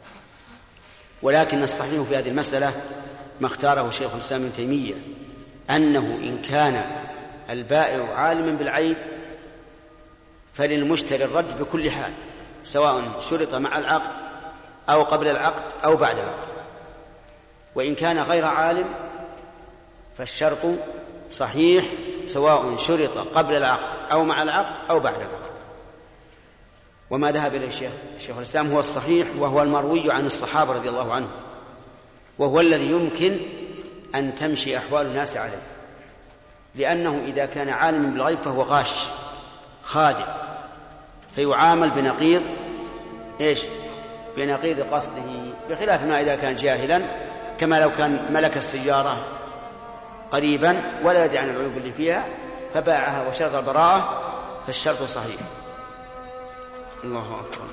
C: ولكن الصحيح في هذه المسألة ما اختاره شيخ الإسلام ابن تيمية، أنه إن كان البائع عالما بالعيب فللمشتري الرد بكل حال، سواء شرط مع العقد أو قبل العقد أو بعد العقد. وإن كان غير عالم فالشرط صحيح سواء شرط قبل العقد أو مع العقد أو بعد العقد. وما ذهب إليه الشيخ الشيخ الإسلام هو الصحيح، وهو المروي عن الصحابة رضي الله عنهم، وهو الذي يمكن أن تمشي أحوال الناس عليه، لأنه إذا كان عالما بالغيب فهو غاش خادع، فيعامل بنقيض إيش؟ بنقيض قصده، بخلاف ما إذا كان جاهلا، كما لو كان ملك السيارة قريبا ولا يدري عن العيوب اللي فيها فباعها وشرط البراءة فالشرط صحيح. الله أكبر.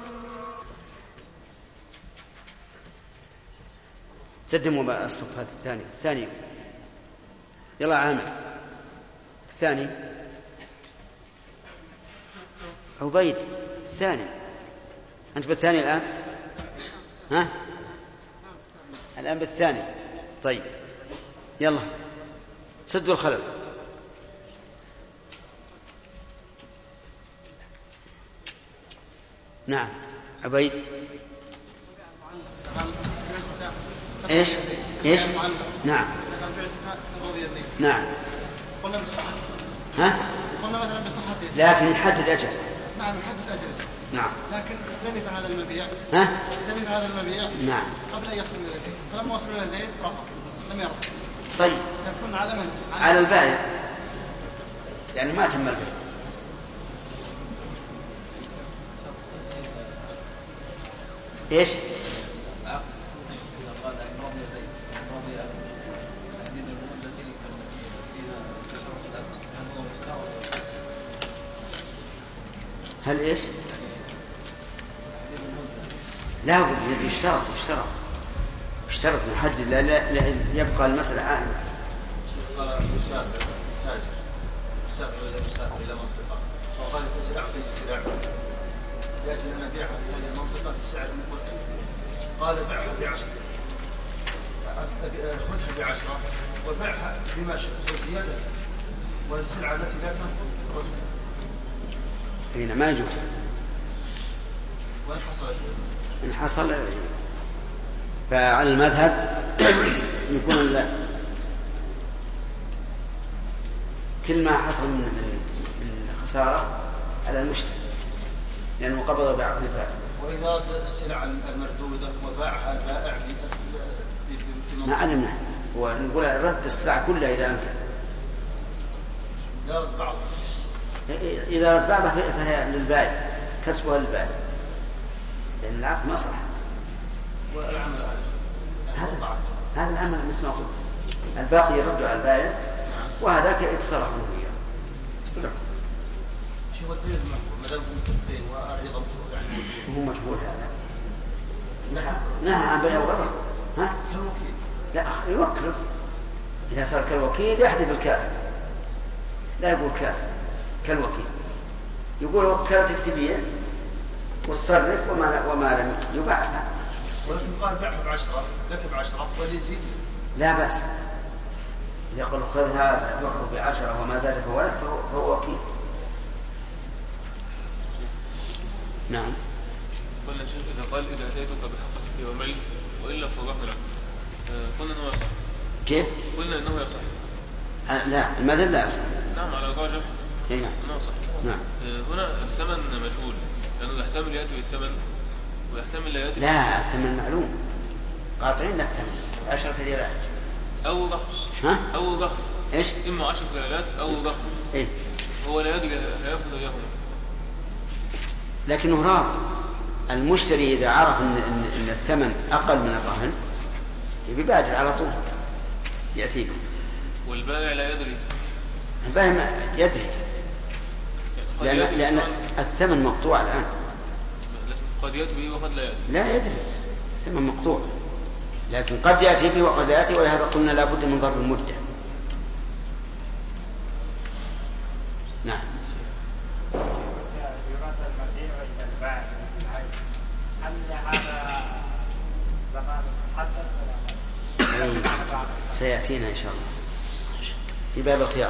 C: تقدموا الصف هذا الثاني الثاني يلا عامل الثاني عبيد الثاني، أنت بالثاني الآن؟ ها؟ الآن بالثاني. طيب يلا سدوا الخلل. نعم عبيد. ايش ايش نعم نعم
L: قلنا بصحته.
C: ها
L: قلنا مثلا بصحته،
C: لكن يحدد أجل.
L: نعم يحدد أجل.
C: نعم.
L: لكن ذنب هذا المبيع.
C: ها
L: ذنب هذا المبيع.
C: نعم.
L: قبل أن يصل إلى زيد، فلما وصل إلى زيد رفض لم يرفض.
C: طيب
L: يكون على من؟
C: على البائع، يعني ما تم البيع. ايش؟ هل ايش؟ لا بد يشترط يشترط يشترط محدد، لا لا, لا يبقى المسألة عامة.
M: قال مسافر تاجر مسافر إلى مسافر إلى منطقة وقال التاجر أعطني السلع لأجل أن أبيعها في هذه المنطقة بسعر مقدم، قال بعها بعشرة، خذها بعشرة وبعها بما شئت وزيادة، والسلعة التي لا تنقض
C: هنا ما يجوز.
M: وإن حصل
C: إن حصل فعلى المذهب يكون كل ما حصل من الخسارة على المشتري لأنه قبض بعقد فاسد.
M: وإذا السلع المردودة وباعها البائع في
C: ما علمنا، ونقول رد السلع كلها إذا أمكن.
M: لا رد بعضها.
C: إذا رد بعضها فهي للبائع، كسبها للبائع، لأن العقد مصلحة.
M: والعمل
C: هذا هذا العمل مثل ما قلت، الباقي يرد على البائع وهذاك يتصرف منه إياه. استمع.
M: شو الدليل المحكوم ما دام متفقين وأعرض يعني
C: هو مشهور هذا. نهى عن بيع الغرض. ها؟
M: كالوكيل.
C: لا يوكله. إذا صار كالوكيل يحذف الكافر. لا يقول كافر كالوكيل. يقول وكالتك تبيع وتصرف وما وما لم يباعها.
M: ولكن قال بعها بعشرة لك بعشرة وليزيد.
C: لا بأس. يقول خذ هذا يخرج بعشرة وما زاد فهو لك فهو, فهو وكيل. نعم.
J: قلنا الشيخ إذا قال إذا أتيتك بحقك في يومين وإلا فالرهن لك، قلنا أنه يصح.
C: كيف؟
J: قلنا أنه يصح.
C: لا المذهب لا يصح.
J: نعم على الراجح.
C: نعم.
J: أنه يصح.
C: نعم.
J: هنا الثمن مجهول لأنه يحتمل يأتي بالثمن ويحتمل لا يأتي.
C: لا الثمن معلوم. قاطعين الثمن عشرة ريالات.
J: أو رهن.
C: ها؟
J: أو رهن.
C: إيش؟
J: إما عشرة ريالات أو رهن.
C: إيه؟
J: هو لا يدري هيأخذ إياهما.
C: لكنه راض. المشتري إذا عرف إن, إن الثمن أقل من الرهن يبادر على طول يأتي به.
J: والبائع لا يدري.
C: البائع يدري لأن, لأن الثمن مقطوع الآن.
J: قد يأتي به وقد لا يأتي.
C: لا يدري، الثمن مقطوع، لكن قد يأتي به وقد لا يأتي، ولهذا قلنا لا بد من ضرب المدة. نعم. سيأتينا إن شاء الله في باب الخيار.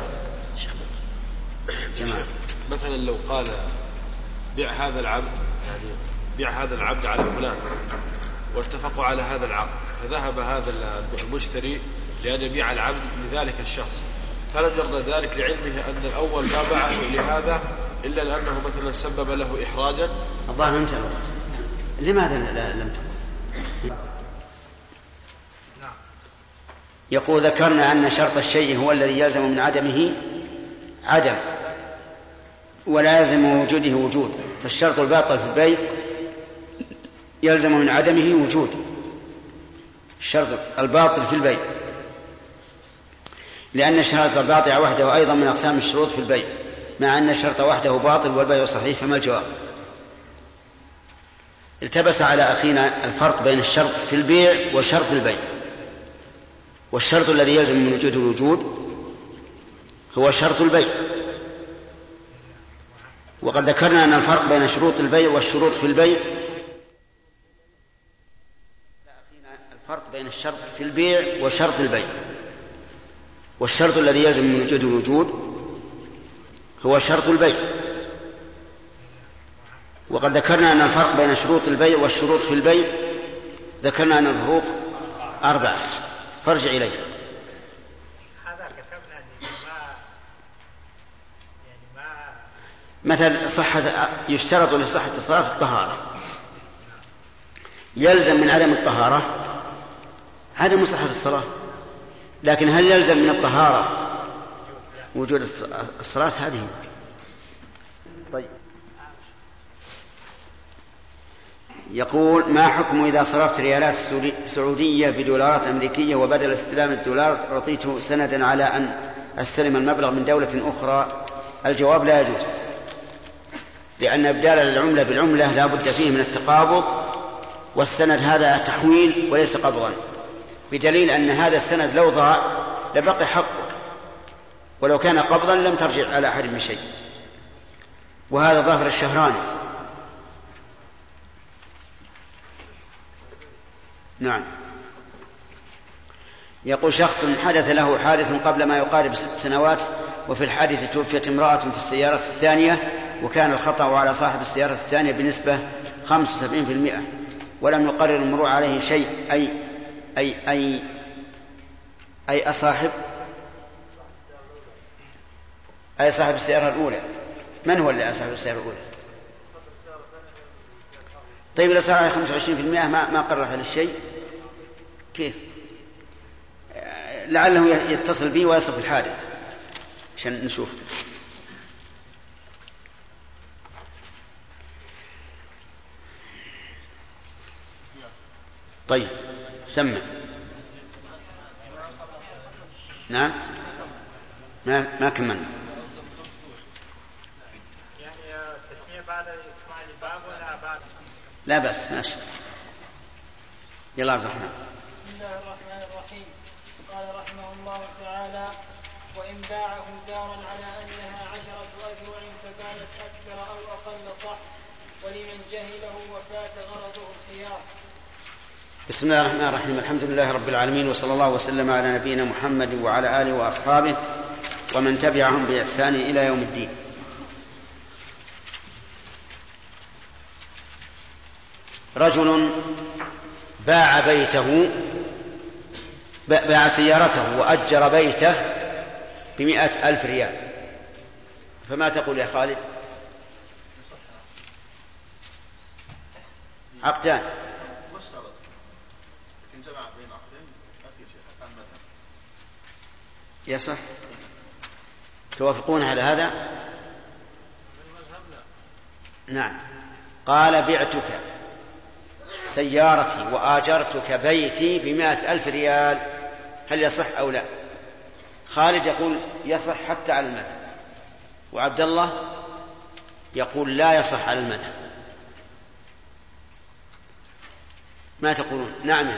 M: جماعة مثلا لو قال بيع هذا العبد، يعني بيع هذا العبد على فلان، واتفقوا على هذا العقد، فذهب هذا المشتري لأن يبيع العبد لذلك الشخص، فلم يرضى ذلك لعلمه أن الأول ما باعه لهذا إلا لأنه مثلا سبب له إحراجا.
C: الظاهر انتهى الوقت. لماذا لم تكن؟ يقول ذكرنا أن شرط الشيء هو الذي يلزم من عدمه عدم ولا يلزم من وجوده وجود، فالشرط الباطل في البيع يلزم من عدمه وجود. الشرط الباطل في البيع، لأن الشرط الباطل وحده أيضا من أقسام الشروط في البيع، مع أن الشرط وحده باطل والبيع صحيح، فما الجواب؟ التبس على أخينا الفرق بين الشرط في البيع وشرط البيع. والشرط الذي يلزم من وجود الوجود هو شرط البيع، وقد ذكرنا أن الفرق بين شروط البيع والشروط في البيع الفرق بين الشرط في البيع وشرط البيع. والشرط الذي يلزم من وجود الوجود هو شرط البيع، وقد ذكرنا أن الفرق بين شروط البيع والشروط في البيع ذكرنا أن الفروق أربعة، فارجع إليه. مثل صحة يشترط لصحة الصلاة الطهارة، يلزم من عدم الطهارة عدم صحة الصلاة، لكن هل يلزم من الطهارة وجود الصلاة؟ هذه. طيب. يقول ما حكم إذا صرفت ريالات سعودية بدولارات أمريكية وبدل استلام الدولار أعطيته سندا على أن أستلم المبلغ من دولة أخرى؟ الجواب لا يجوز، لأن إبدال العملة بالعملة لا بد فيه من التقابض، والسند هذا تحويل وليس قبضا، بدليل أن هذا السند لو ضاع لبقي حقك، ولو كان قبضا لم ترجع على أحد بشيء. وهذا ظاهر الشهراني. نعم. يقول شخص حدث له حادث قبل ما يقارب ست سنوات، وفي الحادث توفيت امرأة في السيارة الثانية، وكان الخطأ على صاحب السيارة الثانية بنسبة خمسة وسبعين بالمئة، ولم يقرر المرور عليه شيء. أي أي أي أي أصاحب أي صاحب السيارة الأولى. من هو اللي صاحب السيارة الأولى؟ طيب إذا صار عليه خمسة وعشرين بالمئة ما ما قرر على الشيء، كيف؟ لعله يتصل بي ويصف الحادث عشان نشوف. طيب سمع. نعم ما ما كملنا.
N: يعني التسمية بعد إكمال الباب ولا بعد؟
C: لا بس ماشي. يلا عبد الرحمن.
B: بسم الله الرحمن الرحيم. قال رحمه الله تعالى: وإن باعه دارا على أنها عشرة أذرع فكانت أكثر أو أقل صح، ولمن جهله وفات غرضه الخيار.
C: بسم الله الرحمن الرحيم. الحمد لله رب العالمين، وصلى الله وسلم على نبينا محمد وعلى آله وأصحابه ومن تبعهم بإحسان إلى يوم الدين. رجل باع بيته باع سيارته وأجر بيته بمئة ألف ريال، فما تقول يا خالد؟ عقدان يصح؟ توافقون على هذا؟ نعم. قال بعتك سيارتي وآجرتك بيتي بمائة ألف ريال، هل يصح أو لا؟ خالد يقول يصح حتى على المذهب، وعبد الله يقول لا يصح على المذهب. ما تقولون؟ نعم،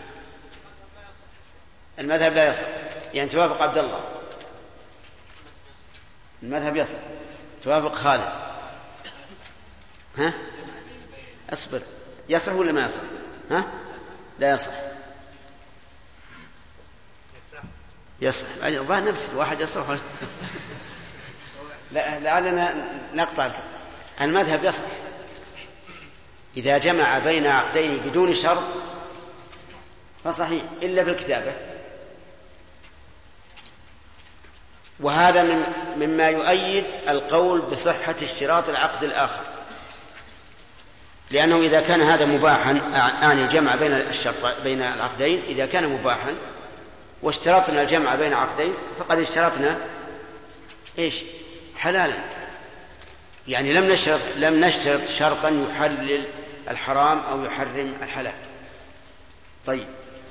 C: المذهب لا يصح، يعني توافق عبد الله المذهب يصح، توافق خالد. ها اصبر، يصح ولا ما يصح؟ ها لا يصح. يصح الظاهر نفس الواحد يصح. لا لعلنا نقطع. المذهب يصح إذا جمع بين عقدين بدون شرط فصحيح، إلا في الكتابة. وهذا من مما يؤيد القول بصحة اشتراط العقد الآخر، لأنه إذا كان هذا مباحا، أعني الجمع بين الشرط بين العقدين، إذا كان مباحا واشترطنا الجمع بين عقدين فقد اشترطنا إيش؟ حلالا، يعني لم نشترط لم نشترط شرطا يحلل الحرام أو يحرم الحلال. طيب،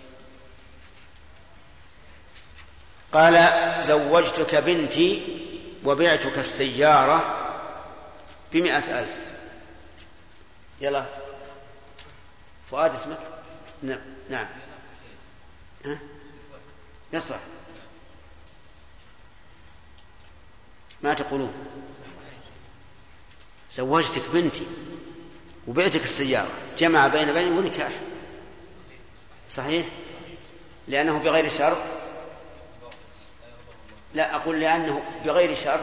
C: قال زوجتك بنتي وبعتك السيارة بمئة ألف. يلا فؤاد اسمك؟ نعم. ها؟ يصح. ما تقولون؟ زوجتك بنتي وبعتك السيارة، جمع بين بين ونكاح، صحيح، لأنه بغير شرط. لا أقول لأنه بغير شرط،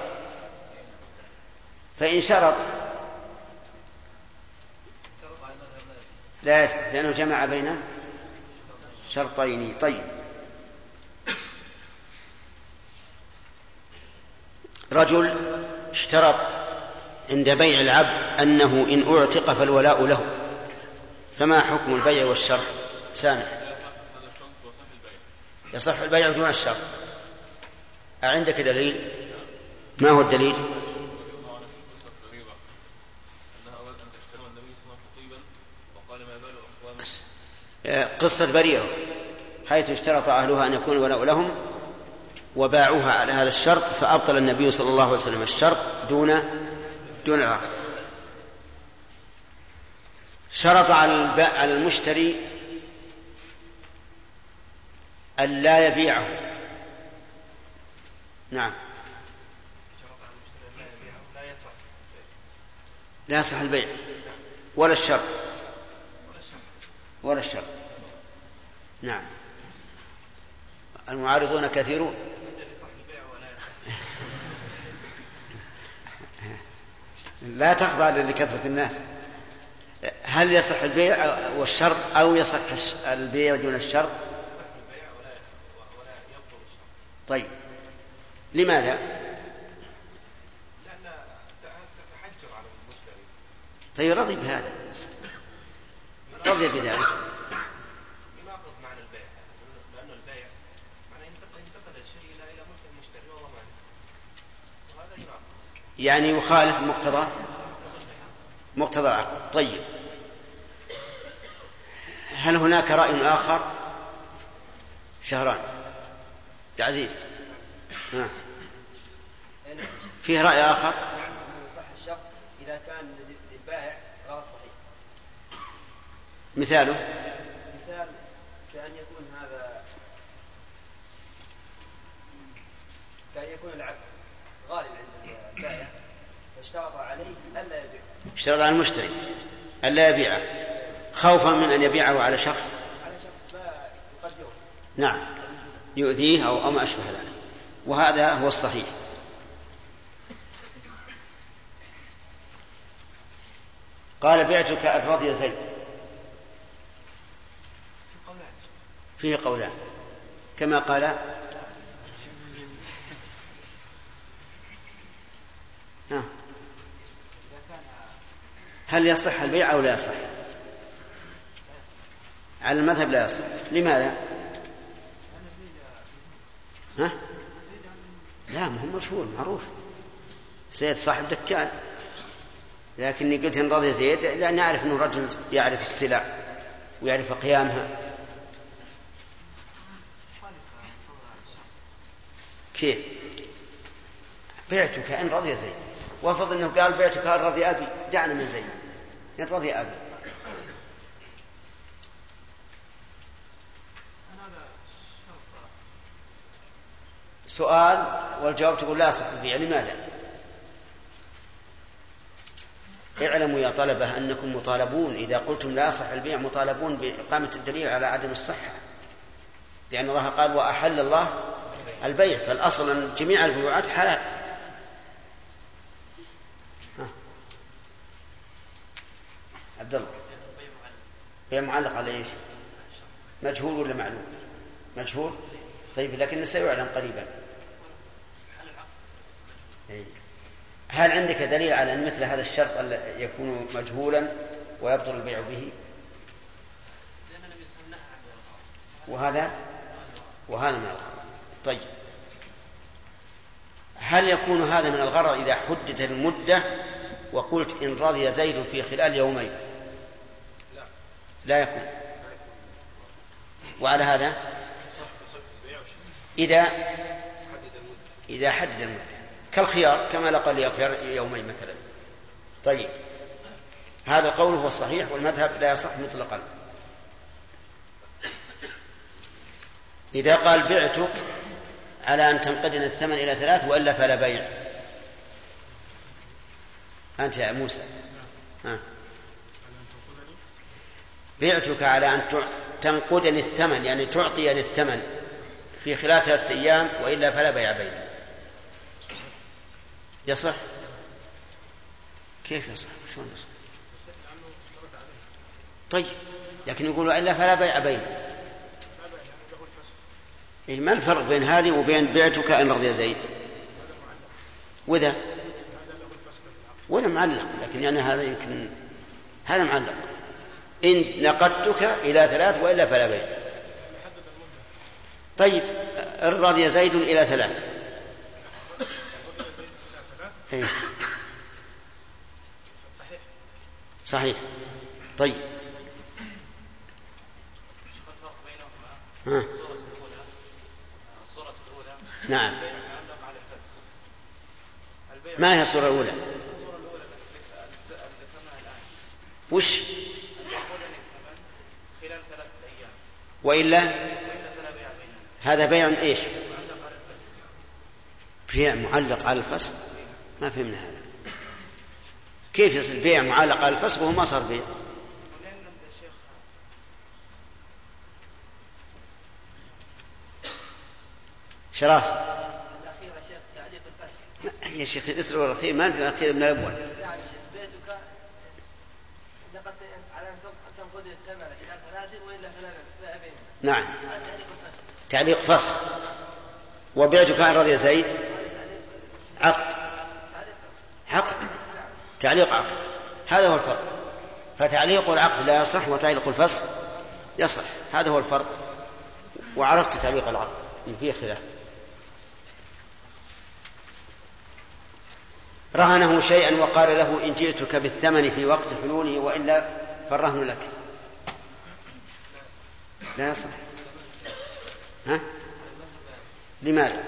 C: فإن شرط لا يصح لأنه جمع بين شرطين. طيب، رجل اشترط عند بيع العبد أنه إن أعتق فالولاء له، فما حكم البيع والشرط؟ سامح. يصح البيع دون الشرط. أعندك دليل؟ ما هو الدليل؟ قصة بريرة حيث اشترط أهلها أن يكون الولاء لهم وباعوها على هذا الشرط، فأبطل النبي صلى الله عليه وسلم الشرط دون دون العقد. شرط على المشتري أن لا يبيعه. نعم، لا يصح البيع ولا الشرط ولا الشرط. نعم، المعارضون كثيرون. لا تخضع لكثرة الناس. هل يصح البيع والشرط أو يصح البيع دون الشرط؟ طيب، لماذا؟
P: لأن تحجر على المشتري.
C: طيب، رضي بهذا، رضي بذلك.
P: يناقض معنى البيع، لأن البيع معناه ينتقل الشيء إلى إلى ملك المشتري وضمانه، وهذا يناقض،
C: يعني يخالف مقتضى مقتضى العقد. طيب، هل هناك رأي آخر؟ شهران عزيز، ها. فيه رأي آخر؟
I: يصح الشرط إذا كان للبائع غرض صحيح.
C: مثاله؟
I: مثال كأن يكون هذا كأن يكون العبد غالب عند البائع فاشترط عليه ألا يبيعه.
C: اشترط على المشتري ألا يبيعه خوفا من أن يبيعه على شخص
I: على شخص لا يقدره.
C: نعم، يؤذيه أو ما أشبه ذلك، وهذا هو الصحيح. قال بعتك أفراد يا زيد، فيه قولان كما قال. نعم، هل يصح البيع أو لا يصح؟ على المذهب لا يصح. لماذا؟ ها؟ لا، ما هو مشهور معروف، زيد صاحب دكان. لكني قلت إن رضي زيد لأني أعرف أنه رجل يعرف السلع ويعرف قيامها. كيف؟ بعتك إن رضي زيد، وافرض أنه قال بعتك إن رضي أبي، دعنا من زيد إن رضي أبي. سؤال والجواب تقول لا صح البيع. لماذا؟ اعلموا يا طلبة أنكم مطالبون إذا قلتم لا صح البيع مطالبون بإقامة الدليل على عدم الصحة، لأن الله قال وأحل الله البيع، فالأصل أن جميع البيوعات حلال. عبد الله، بيع معلق على ايش؟ مجهول ولا معلوم؟ مجهول. طيب لكن سيعلم قريبا. هل عندك دليل على أن مثل هذا الشرط يكون مجهولا ويبطل البيع به؟ وهذا وهذا من الغرض. طيب هل يكون هذا من الغرض إذا حددت المدة وقلت إن رضي زيد في خلال يومين؟ لا يكون. وعلى هذا إذا إذا حدد المدة كالخيار كما لقى لي الخيار يومين مثلا. طيب هذا القول هو الصحيح والمذهب لا يصح مطلقا. إذا قال بعتك على أن تنقدن الثمن إلى ثلاث وإلا فلا بيع، أنت يا موسى ها. بعتك على أن تنقدني الثمن يعني تعطي للثمن في خلال ثلاثة أيام وإلا فلا بيع بيننا. يصح؟ كيف يصح؟ شلون يصح؟ طيب لكن يقولوا إلا فلا بيع بيننا. إيه ما الفرق بين هذه وبين بعتك إن رضي زيد؟ وذا وذا معلق، لكن يعني هذا يمكن هذا معلق. إن نقدتك إلى ثلاث وإلا فلا بيع. طيب رضي زيد إلى ثلاث. إيه؟
H: صحيح
C: صحيح. طيب ها.
H: الصورة الأولى الصورة الأولى
C: نعم.
H: البيع معلق على الفسخ. البيع
C: ما هي الصورة الأولى؟
H: الصورة الأولى التي ذكرناها الآن.
C: وش؟
H: أن يأخذني الثمن خلال ثلاثة أيام
C: وإلا
H: وإلا فلا بيع بيننا.
C: هذا بيع إيش؟
H: معلق على الفسخ.
C: بيع معلق على الفسخ؟ ما فهمنا هذا. كيف يصير بيع معلق على الفسخ وهو ما صار بيع؟ شراف
D: الأخير يا شيخ تعليق الفسخ.
C: يا شيخ الإسر والأخير ما أنت الأخير من الأول.
D: نعم يا شيخ. بيتك نقدت على أن تنقد الثمن إلى ثلاث وإلا فلا بيع بيننا.
C: نعم.
D: هذا تعليق الفسخ.
C: تعليق فسخ. وبيعتك عن رضي زيد عقد. عقد. تعليق عقد. هذا هو الفرق. فتعليق العقد لا يصح وتعليق الفسخ يصح. هذا هو الفرق. وعرفت تعليق العقد فيه خلاف. رهنه شيئا وقال له إن جئتك بالثمن في وقت حلوله وإلا فالرهن لك. لا يصح. ها؟ لماذا؟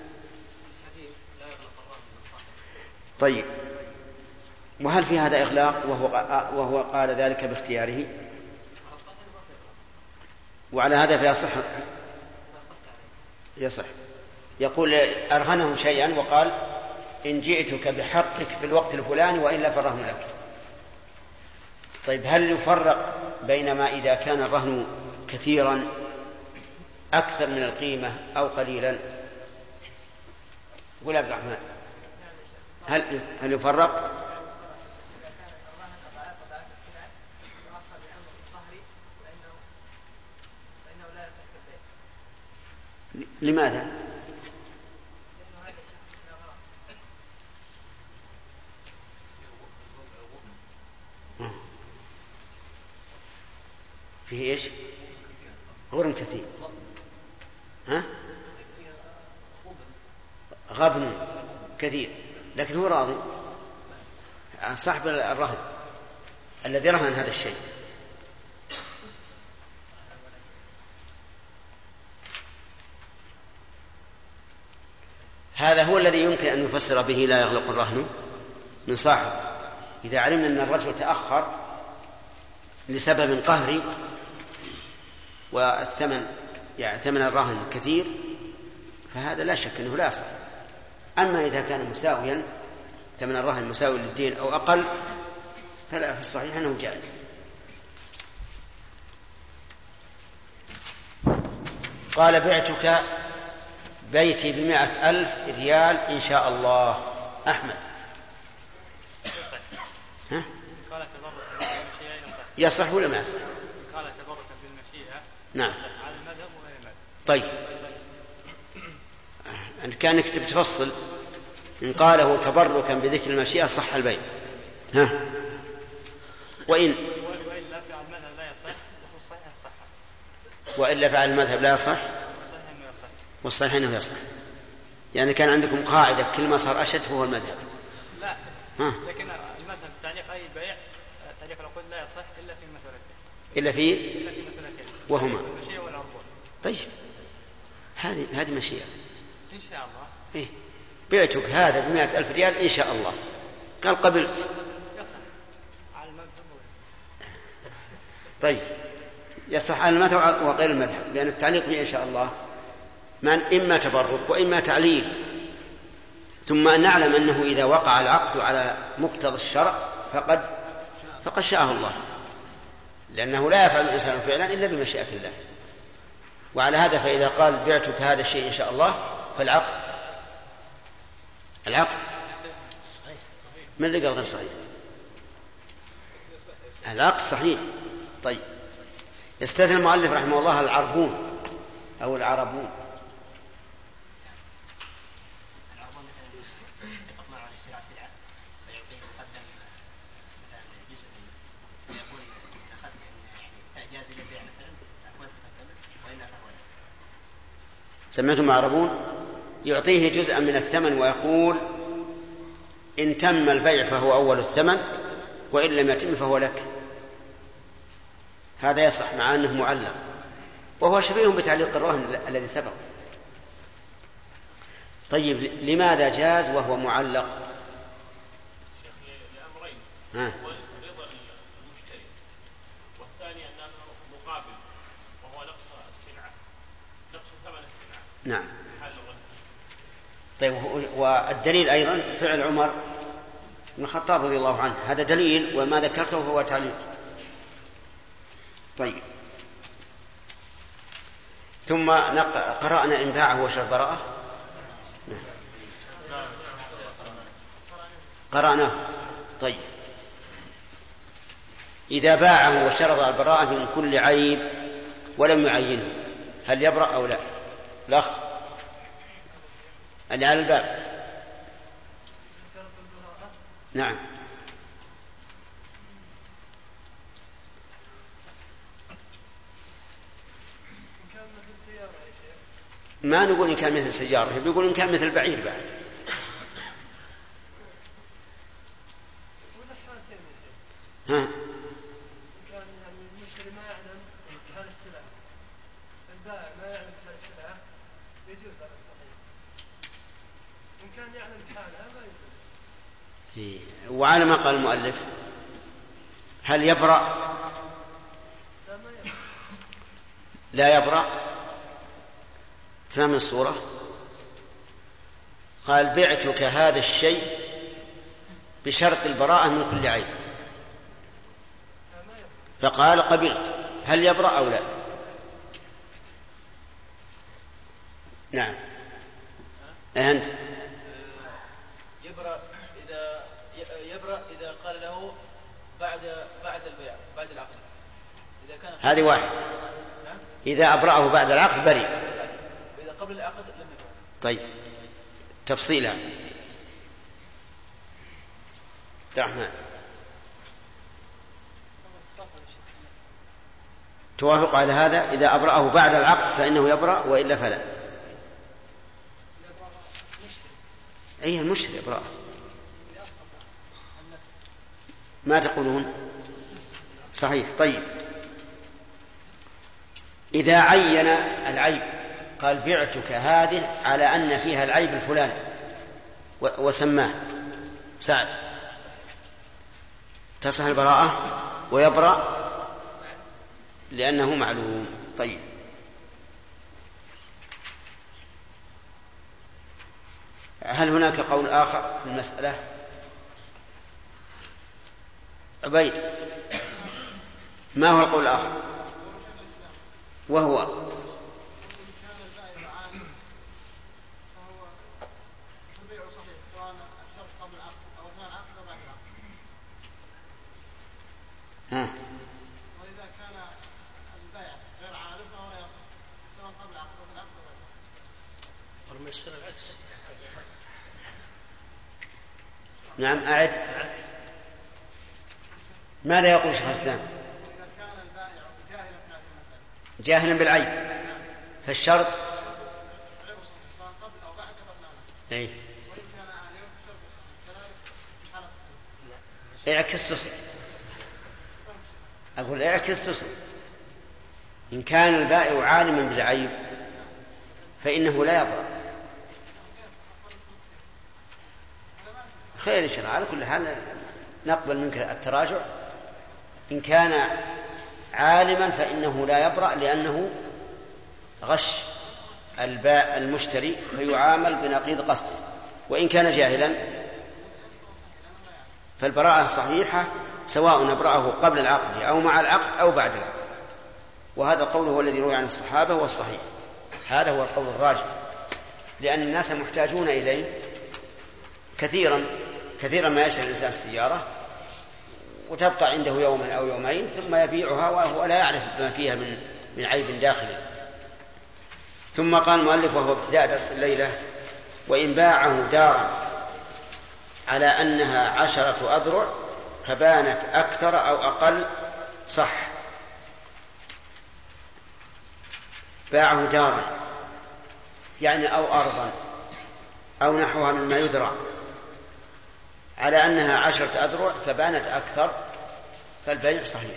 C: طيب وهل في هذا إغلاق وهو, وهو قال ذلك باختياره؟ وعلى هذا فيصح يصح. يقول أرهنه شيئا وقال إن جئتك بحقك في الوقت الفلاني وإلا فالرهن لك. طيب هل يفرق بين ما إذا كان الرهن كثيرا أكثر من القيمة أو قليلا؟ قول عبد الرحمن هل هل يفرق؟ لماذا؟ فيه ايش؟ غرم كثير. ها؟ غبن كثير لكن هو راضي. صاحب الرهن الذي رهن هذا الشيء. هذا هو الذي يمكن أن يفسر به لا يغلق الرهن من صاحب. إذا علمنا أن الرجل تأخر لسبب قهري والثمن يعني ثمن الرهن كثير فهذا لا شك أنه لا يصح. أما إذا كان مساويا ثمن الرهن مساوي للدين أو أقل فلا، في الصحيح أنه جائز. قال بعتك بيتي بمائة ألف ريال إن شاء الله. أحمد ها؟ يصح ولا ما يصح؟
N: قال تبركا بالمشيئة.
C: نعم.
N: على المذهب وغير المذهب.
C: طيب أنت كانك تفصل. إن قاله تبركا بذكر المشيئة صح البيت. ها؟ وإن
N: وإلا فعل المذهب لا يصح والصحيح الصح.
C: وإلا فعل المذهب لا يصح والصحيح أنه يصح. يعني كان عندكم قاعدة كل ما صار أشد فهو المذهب.
N: لا.
C: ها؟
N: لكن المذهب تعليق أي بيع تعليق العقود لا يصح إلا في مسألتين.
C: إلا في
N: إلا في مسألتين.
C: وهما
N: المشيئة والعربون.
C: طيب هذه هذه مشيئة.
N: إن شاء الله.
C: إيه بعتك هذا بمائة ألف ريال إن شاء الله. قال قبلت.
N: يصح على المذهب.
C: طيب يصح على المذهب وغير المذهب لأن التعليق به إن شاء الله من إما تبرك وإما تعليل. ثم نعلم أنه إذا وقع العقد على مقتضى الشرع فقد فقد شاءه الله، لأنه لا يفعل الإنسان فعلا إلا بمشيئة الله. وعلى هذا فإذا قال بعتك هذا الشيء إن شاء الله فالعقد العقد من اللي قال غير صحيح؟ العقد صحيح. طيب يستثنى المؤلف رحمه الله العربون أو العربون. سمعتم عربون؟ يعطيه جزءا من الثمن ويقول إن تم البيع فهو أول الثمن وإن لم يتم فهو لك. هذا يصح مع أنه معلق وهو شبيه بتعليق الرهن الذي سبق. طيب لماذا جاز وهو معلق؟
J: لأمرين.
C: ها.
J: رضا المشتري والثاني أنه مقابل وهو نقص السلعة نقص ثمن السلعة.
C: نعم. طيب والدليل أيضا فعل عمر بن الخطاب رضي الله عنه، هذا دليل وما ذكرته هو تعليق. طيب ثم قرأنا إن باعه وشرط براءة. نعم. قرأناه. طيب إذا باعه وشرط البراءة من كل عيب ولم يعينه هل يبرأ أو لا؟ الأخ اللي على الباب. نعم. ما نقول إن كان مثل سيارة، بيقول إن كان مثل بعير بعد. ها؟
B: إن كان يعني المشتري ما يعلم بهذه السلعة، البائع ما يعلم بهذه السلعة يجوز على الصحيح. إن كان يعلم بحالها ما يجوز.
C: وعلى ما قال المؤلف هل يبرأ؟
B: لا ما يبرأ.
C: لا يبرأ. تمام الصورة. قال بعتك هذا الشيء بشرط البراءة من كل عيب فقال قبلت، هل يبرأ أو لا؟ نعم. أنت
O: يبرأ إذا يبرأ إذا قال له بعد بعد البيع بعد العقد. إذا كان
C: هذه واحد. إذا أبرأه بعد العقد بريء.
O: إذا قبل العقد لم يبرأ.
C: طيب تفصيلها الرحمن توافق على هذا. إذا أبرأه بعد العقد فإنه يبرأ وإلا فلا. أي المشتري يبرأ. ما تقولون؟ صحيح. طيب إذا عين العيب قال بعتك هذه على أن فيها العيب الفلاني وسماه سعد، تصح البراءة ويبرأ لأنه معلوم. طيب هل هناك قول آخر في المسألة؟ عبيد، ما هو القول الآخر؟ وهو ها.
L: وإذا كان البائع غير عارف فهو لا يصح سواء قبل العقد أو في العقد أو بعد.
K: المسألة العكس.
C: نعم أعد. ماذا يقول شيخ الإسلام؟
L: إذا كان البائع جاهلا في هذه المسألة
C: جاهلا بالعيب فالشرط
L: سواء قبل أو بعد فلا.
C: أي
L: وإن كان عالما فالشرط كذلك في حالة الثانية.
C: اعكس تصل. أقول اعكس تصل. إن كان البائع عالما بالعيب فإنه لا يضر. خير إن شاء الله. على كل حال نقبل منك التراجع. إن كان عالما فإنه لا يبرأ لأنه غش الباء المشتري فيعامل بنقيض قصده. وإن كان جاهلا فالبراءة صحيحة سواء أبرأه قبل العقد أو مع العقد أو بعد العقد. وهذا القول هو الذي روي عن الصحابة والصحيح. هذا هو القول الراجح لأن الناس محتاجون إليه كثيرا. كثيرا ما يشتري الإنسان السيارة وتبقى عنده يوما أو يومين ثم يبيعها وهو لا يعرف ما فيها من من عيب داخلي. ثم قال المؤلف وهو ابتداء درس الليلة: وإن باعه دارا على أنها عشرة أذرع فبانت أكثر أو أقل صح. باعه دارا يعني أو أرضا أو نحوها مما يذرع على أنها عشرة أذرع فبانت أكثر فالبيع صحيح.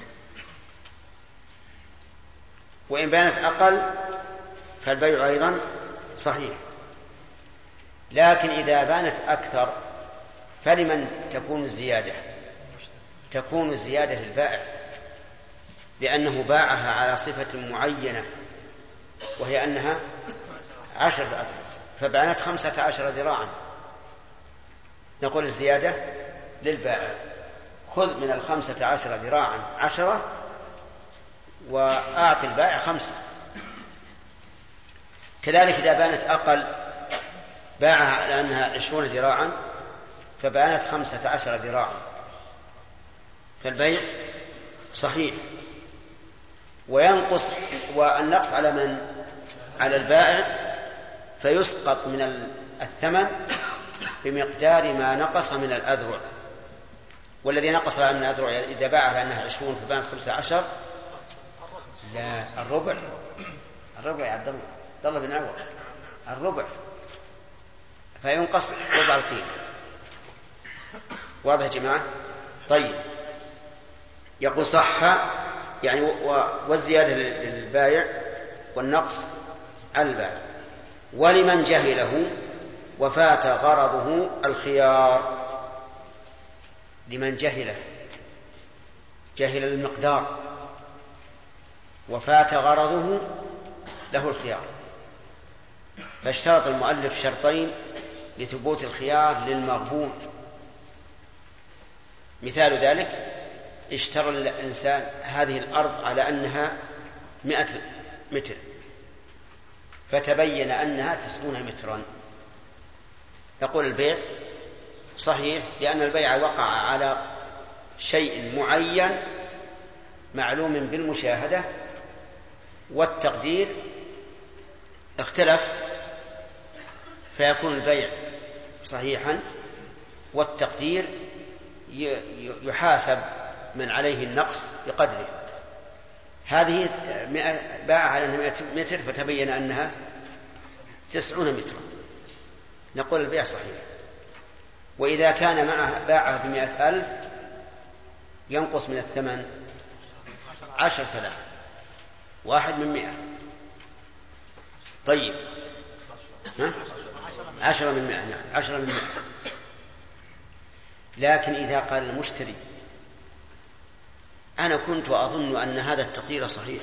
C: وإن بانت أقل فالبيع أيضا صحيح. لكن إذا بانت أكثر فلمن تكون الزيادة؟ تكون الزيادة للبائع لأنه باعها على صفة معينة وهي أنها عشرة أذرع فبانت خمسة عشر ذراعا. نقول الزيادة للبائع: خذ من الخمسة عشر ذراعا عشرة وأعطي البائع خمسة. كذلك إذا بانت أقل باعها على أنها عشرون ذراعا فبانت خمسة عشر ذراعا فالبيع صحيح. وينقص والنقص على من؟ على البائع فيسقط من الثمن بمقدار ما نقص من الأذرع. والذي نقص من الأذرع إذا باعها لأنها عشرون فبانت خمسة عشر لا الربع. الربع يا عبد الله عبد الله بن عوض الربع فينقص ربع القيمة. واضح يا جماعة؟ طيب يقول صح يعني والزيادة للبائع والنقص على البائع. ولمن جهله وفات غرضه الخيار. لمن جهله جهل المقدار وفات غرضه له الخيار. فاشترط المؤلف شرطين لثبوت الخيار للمغبون. مثال ذلك: اشترى الإنسان هذه الأرض على أنها مئة متر فتبين أنها تسعون مترا. يقول البيع صحيح لأن البيع وقع على شيء معين معلوم بالمشاهدة والتقدير اختلف فيكون البيع صحيحا والتقدير يحاسب من عليه النقص بقدره. هذه باع على أنها مئة متر فتبين أنها تسعون مترا نقول البيع صحيح. وإذا كان معها باعها بمئة ألف
Q: ينقص من الثمن عشر ثلاث واحد من مئة. طيب ها؟ عشرة من مئة. نعم عشرة من مئة. لكن إذا قال المشتري أنا كنت أظن أن هذا التقدير صحيح،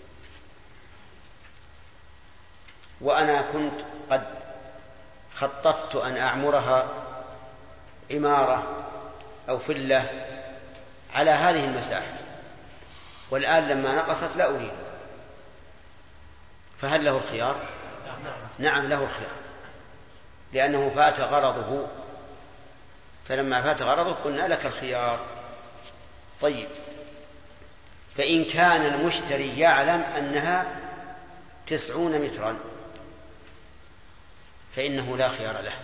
Q: وأنا كنت قد خططت أن أعمرها عمارة أو فلة على هذه المساحة، والآن لما نقصت لا أريد، فهل له الخيار؟ نعم له الخيار، لأنه فات غرضه، فلما فات غرضه قلنا لك الخيار. طيب فإن كان المشتري يعلم أنها تسعون مترا فإنه لا خيار له،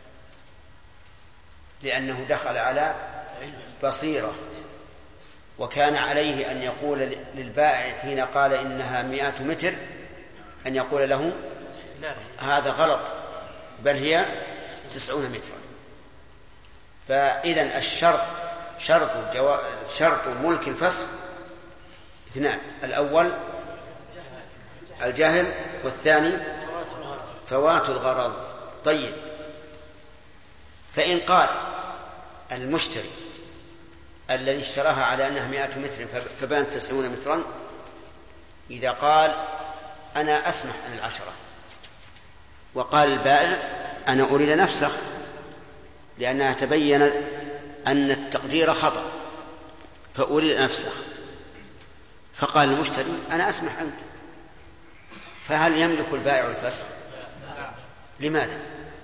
Q: لأنه دخل على بصيرة، وكان عليه أن يقول للبائع حين قال إنها مئة متر أن يقول له هذا غلط بل هي تسعون مترا. فإذن الشرط شرط, جو... شرط ملك الفسخ اثنان: الأول الجهل، والثاني فوات الغرض. طيب فإن قال المشتري الذي اشتراها على أنها مئة متر فبانت تسعون مترا، إذا قال أنا أسمح عن العشرة، وقال البائع أنا أريد أن أفسخ لأنها تبين أن التقدير خطأ فأريد أن أفسخ، فقال المشتري أنا أسمح عنك، فهل يملك البائع الفسخ؟ لماذا؟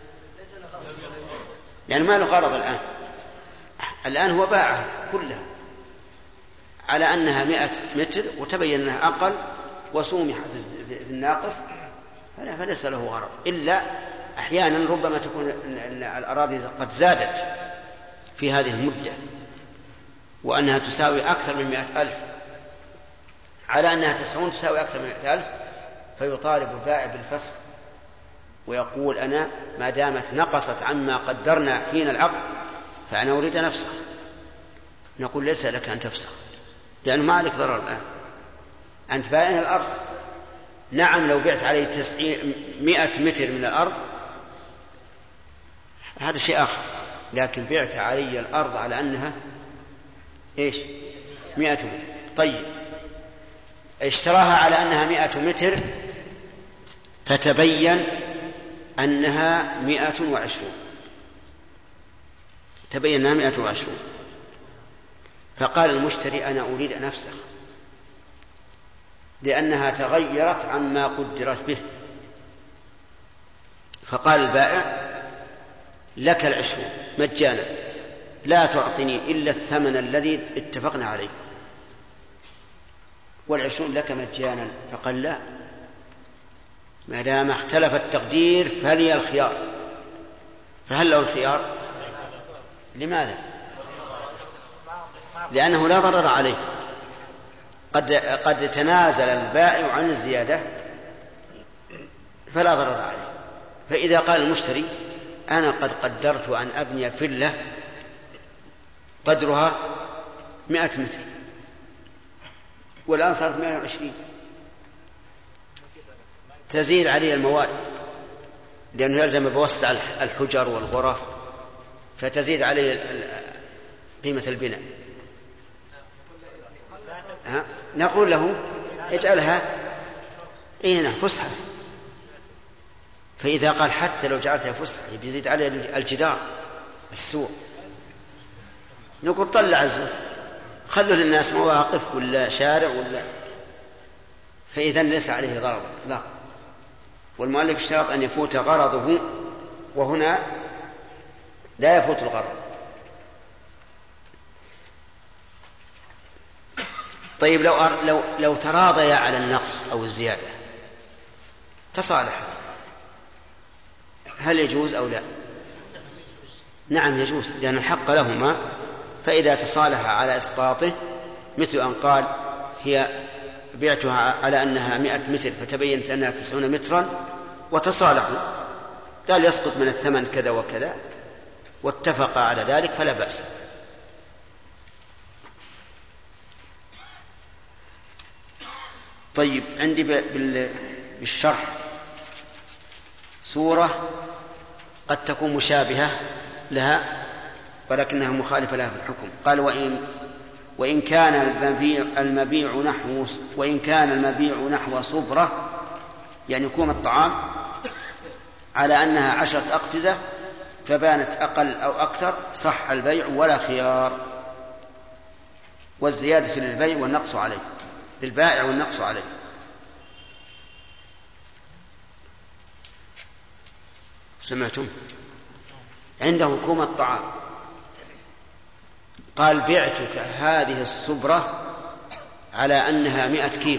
Q: لأن ما له غرض الآن. الآن هو باعها كلها على أنها مئة متر وتبين أنها أقل وسومح في الناقص، فليس له غرض. إلا أحيانا ربما تكون الأراضي قد زادت في هذه المدة وأنها تساوي أكثر من مئة ألف، على أنها تسعون تساوي أكثر من مئة ألف، فيطالب البائع بالفسخ ويقول أنا ما دامت نقصت عما قدرنا حين العقد فأنا أريد أن أفسخ. نقول ليس لك أن تفسخ لأنه ما عليك ضرر الآن، أنت بائع الأرض. نعم لو بعت عليه مئة متر من الأرض هذا شيء آخر، لكن بعت علي الأرض على أنها إيش؟ مئة متر. طيب اشتراها على أنها مئة متر فتبين أنها مئة وعشرون، تبين أنها مئة وعشرون، فقال المشتري أنا أريد أن أفسخ لأنها تغيرت عما قدرت به، فقال البائع لك العشرون مجانا لا تعطني إلا الثمن الذي اتفقنا عليه، والعشرون لك مجانا. فقال لا، ما دام اختلف التقدير فلي الخيار. فهل له الخيار؟ لماذا؟ لأنه لا ضرر عليه، قد قد تنازل البائع عن الزيادة فلا ضرر عليه. فإذا قال المشتري أنا قد قدرت أن أبني فيلا قدرها مئة متر والآن صارت مئة وعشرين، تزيد عليه المواد لأنه يلزم بوسع الحجر والغرف فتزيد عليه قيمة البناء. ها؟ نقول له اجعلها إيه فسحة. فإذا قال حتى لو جعلتها فسحة بيزيد عليه الجدار السوق، نقول طلع الزوج خلوا للناس مواقف ولا شارع ولا، فإذا ليس عليه ضرر لا. والمؤلف اشترط أن يفوت غرضه، وهنا لا يفوت الغرض. طيب لو لو لو تراضيا على النقص أو الزيادة تصالحا، هل يجوز أو لا؟ نعم يجوز، لأن الحق لهما. فإذا تصالحا على إسقاطه، مثل أن قال هي بعتها على أنها مئة متر فتبينت أنها تسعون مترا وتصالحوا، قال يسقط من الثمن كذا وكذا واتفق على ذلك فلا بأس. طيب عندي بالشرح سورة قد تكون مشابهة لها ولكنها مخالفة لها في الحكم. قال وإن وإن كان المبيع, المبيع نحو وإن كان المبيع نحو صبرة، يعني كوم الطعام، على أنها عشرة أقفزة فبانت أقل أو أكثر صح البيع ولا خيار، والزيادة للبيع والنقص عليه، للبائع والنقص عليه. سمعتم؟ عنده كوم الطعام قال بعتك هذه الصبرة على أنها مئة كيلو،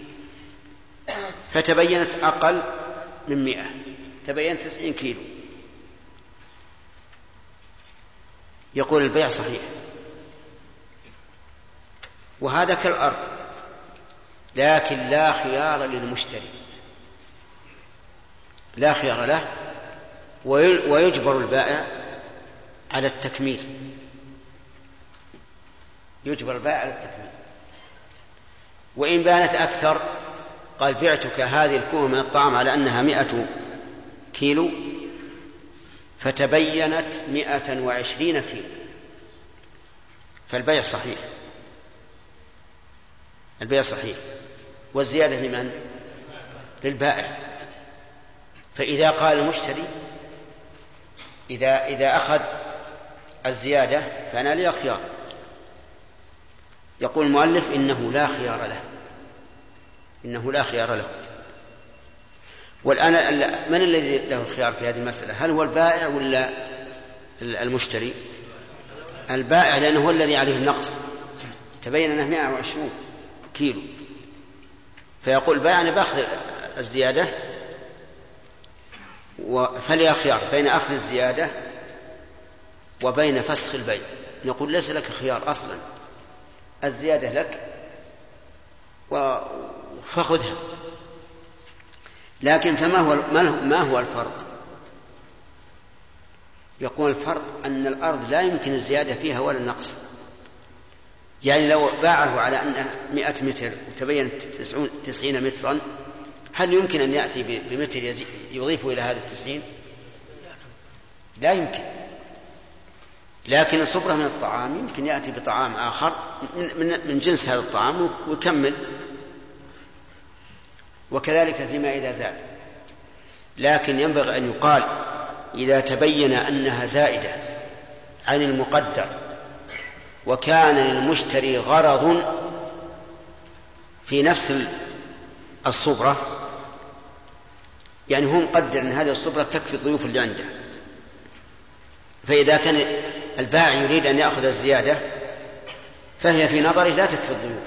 Q: فتبينت أقل من مئة، تبينت تسعين كيلو، يقول البيع صحيح، وهذا كالأرض، لكن لا خيار للمشتري، لا خيار له، ويجبر البائع على التكميل، يجبر البائع على التكميل. وإن بانت أكثر قال بعتك هذه الكومة من الطعام على أنها مئة كيلو فتبينت مئة وعشرين كيلو، فالبيع صحيح، البيع صحيح، والزيادة لمن؟ للبائع. فإذا قال المشتري إذا, إذا أخذ الزيادة فأنا لي خيار، يقول المؤلف إنه لا خيار له، إنه لا خيار له. والآن من الذي له الخيار في هذه المسألة؟ هل هو البائع ولا المشتري؟ البائع، لأنه هو الذي عليه النقص، تبين أنه مئة وعشرين كيلو، فيقول البائع أنا بأخذ الزيادة، فلي خيار بين أخذ الزيادة وبين فسخ البيع. نقول ليس لك خيار أصلا، الزيادة لك فخذها. لكن فما هو ما هو الفرق؟ يقول الفرق أن الأرض لا يمكن الزيادة فيها ولا النقص. يعني لو باعه على أنها مئة متر وتبين تسعين مترا، هل يمكن أن يأتي بمتر يضيفه إلى هذا التسعين؟ لا يمكن. لكن الصبرة من الطعام يمكن يأتي بطعام آخر من جنس هذا الطعام ويكمل، وكذلك فيما إذا زاد. لكن ينبغي أن يقال إذا تبين أنها زائدة عن المقدر وكان للمشتري غرض في نفس الصبرة، يعني هو مقدر أن هذه الصبرة تكفي الضيوف اللي عنده، فإذا كان البائع يريد أن يأخذ الزيادة فهي في نظره لا تكفي الضيوف،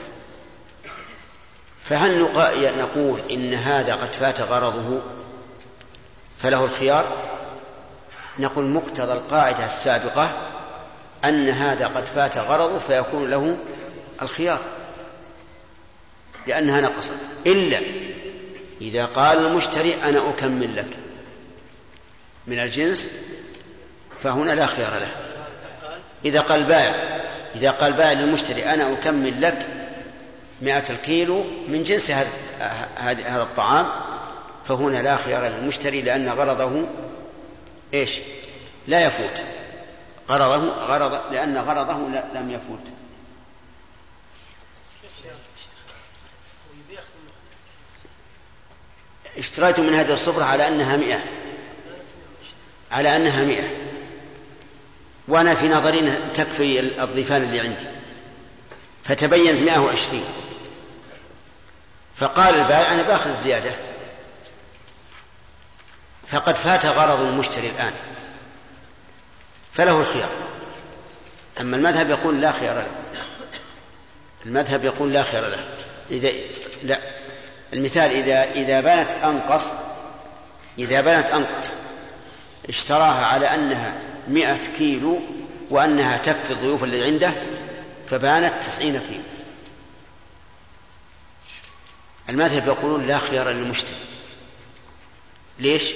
Q: فهل نقول إن هذا قد فات غرضه فله الخيار؟ نقول مقتضى القاعدة السابقة أن هذا قد فات غرضه فيكون له الخيار لأنها نقصت، إلا إذا قال المشتري أنا أكمل لك من الجنس فهنا لا خيار له. إذا قال بائع إذا قال بائع للمشتري أنا أكمل لك مئة الكيلو من جنس هذا الطعام فهنا لا خيار للمشتري، لأن غرضه إيش؟ لا يفوت غرضه غرض لأن غرضه لم يفوت. اشتريت من هذه الصبرة على أنها مئة على أنها مئة وأنا في نظري تكفي الضيفان اللي عندي، فتبينت مئة وعشرين، فقال البائع أنا بأخذ الزيادة، فقد فات غرض المشتري الآن فله الخيار. أما المذهب يقول لا خيار له، المذهب يقول لا خيار له. إذا لا المثال إذا إذا بانت أنقص إذا بانت أنقص اشتراها على أنها مئة كيلو وأنها تكفي الضيوف اللي عنده فبانت تسعين كيلو، المذهب يقولون لا خيار للمشتري. ليش؟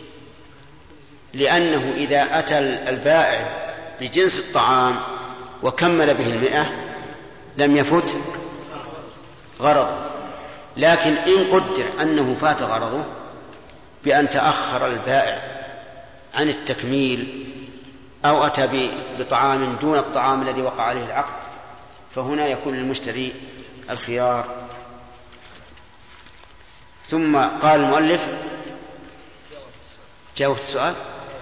Q: لأنه إذا أتى البائع بجنس الطعام وكمل به المئة لم يفوت غرض، لكن إن قدر أنه فات غرضه بأن تأخر البائع عن التكميل أو أتى بطعام دون الطعام الذي وقع عليه العقد فهنا يكون للمشتري الخيار. ثم قال المؤلف جاوبت السؤال.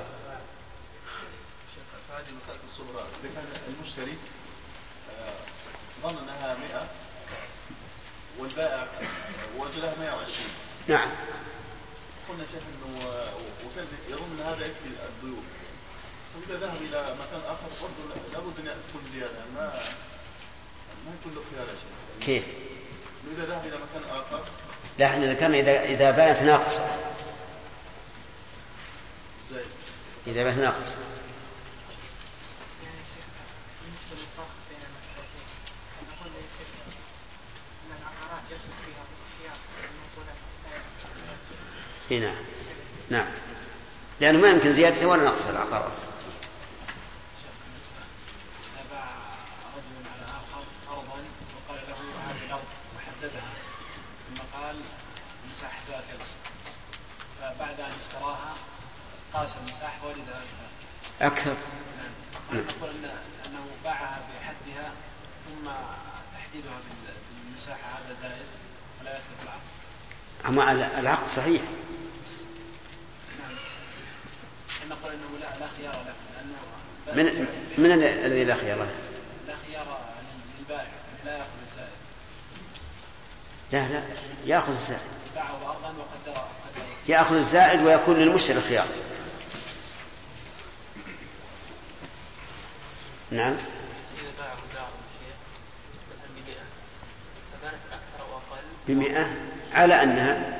M: هذه مسألة الصغرى إذا كان المشتري ظن أنها مئة والبائع وجدها مئة وعشرين.
Q: نعم.
M: قلنا شيخ أنه وكان يظن أن هذا يكفي الضيوف، وإذا ذهب إلى مكان آخر برضه لابد أن تكون زيادة، ما ما يكون له خيار يا شيخ.
Q: كيف؟
M: إذا ذهب إلى مكان آخر.
Q: لا احنا ذكرنا إذا إذا بانت ناقصة.
M: زي.
Q: إذا بانت ناقصة. هنا نعم، لأنه ما يمكن زيادة ولا نقص العقارات.
R: باع رجل على آخر أرضا وقال له هذه الأرض وحددها، ثم قال مساحتها كذا، فبعد أن اشتراها قاس المساحة وجدها
Q: أكثر.
R: نعم. نقول إن أنه باعها بحدها ثم تحديدها بالمساحة هذا زائد ولا يثبت العقد.
Q: أما العقد صحيح.
R: نقول انه لا لا خيار له
Q: لانه من من الذي لا خيار له؟
R: لا خيار للبائع، لا ياخذ الزائد.
Q: لا لا ياخذ الزائد.
R: باعه ارضا وقدر
Q: ياخذ الزائد ويكون للمشتري الخيار. نعم.
S: اذا باع دار شيء مثلا بمئة فكانت اكثر او اقل
Q: بمئة على انها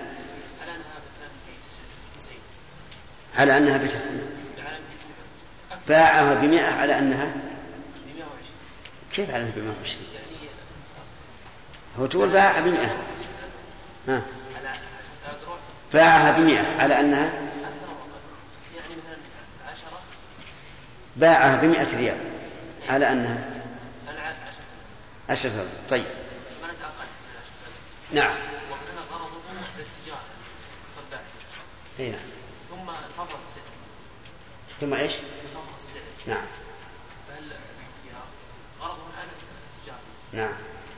Q: على أنها بتسعين، باعها بمئة على أنها كيف على أنها بمئة وعشرين؟ هو تقول باعها بمئة، ها باعها بمئة على أنها باعها بمئة ريال على أنها عشرة. طيب نعم.
S: وكان غرضه التجارة
Q: اي نعم.
S: ثم انفض السعر.
Q: ثم ايش؟
S: انفض السعر.
Q: نعم.
S: فهل الاختيار غرضه الآن التجارة؟
Q: نعم.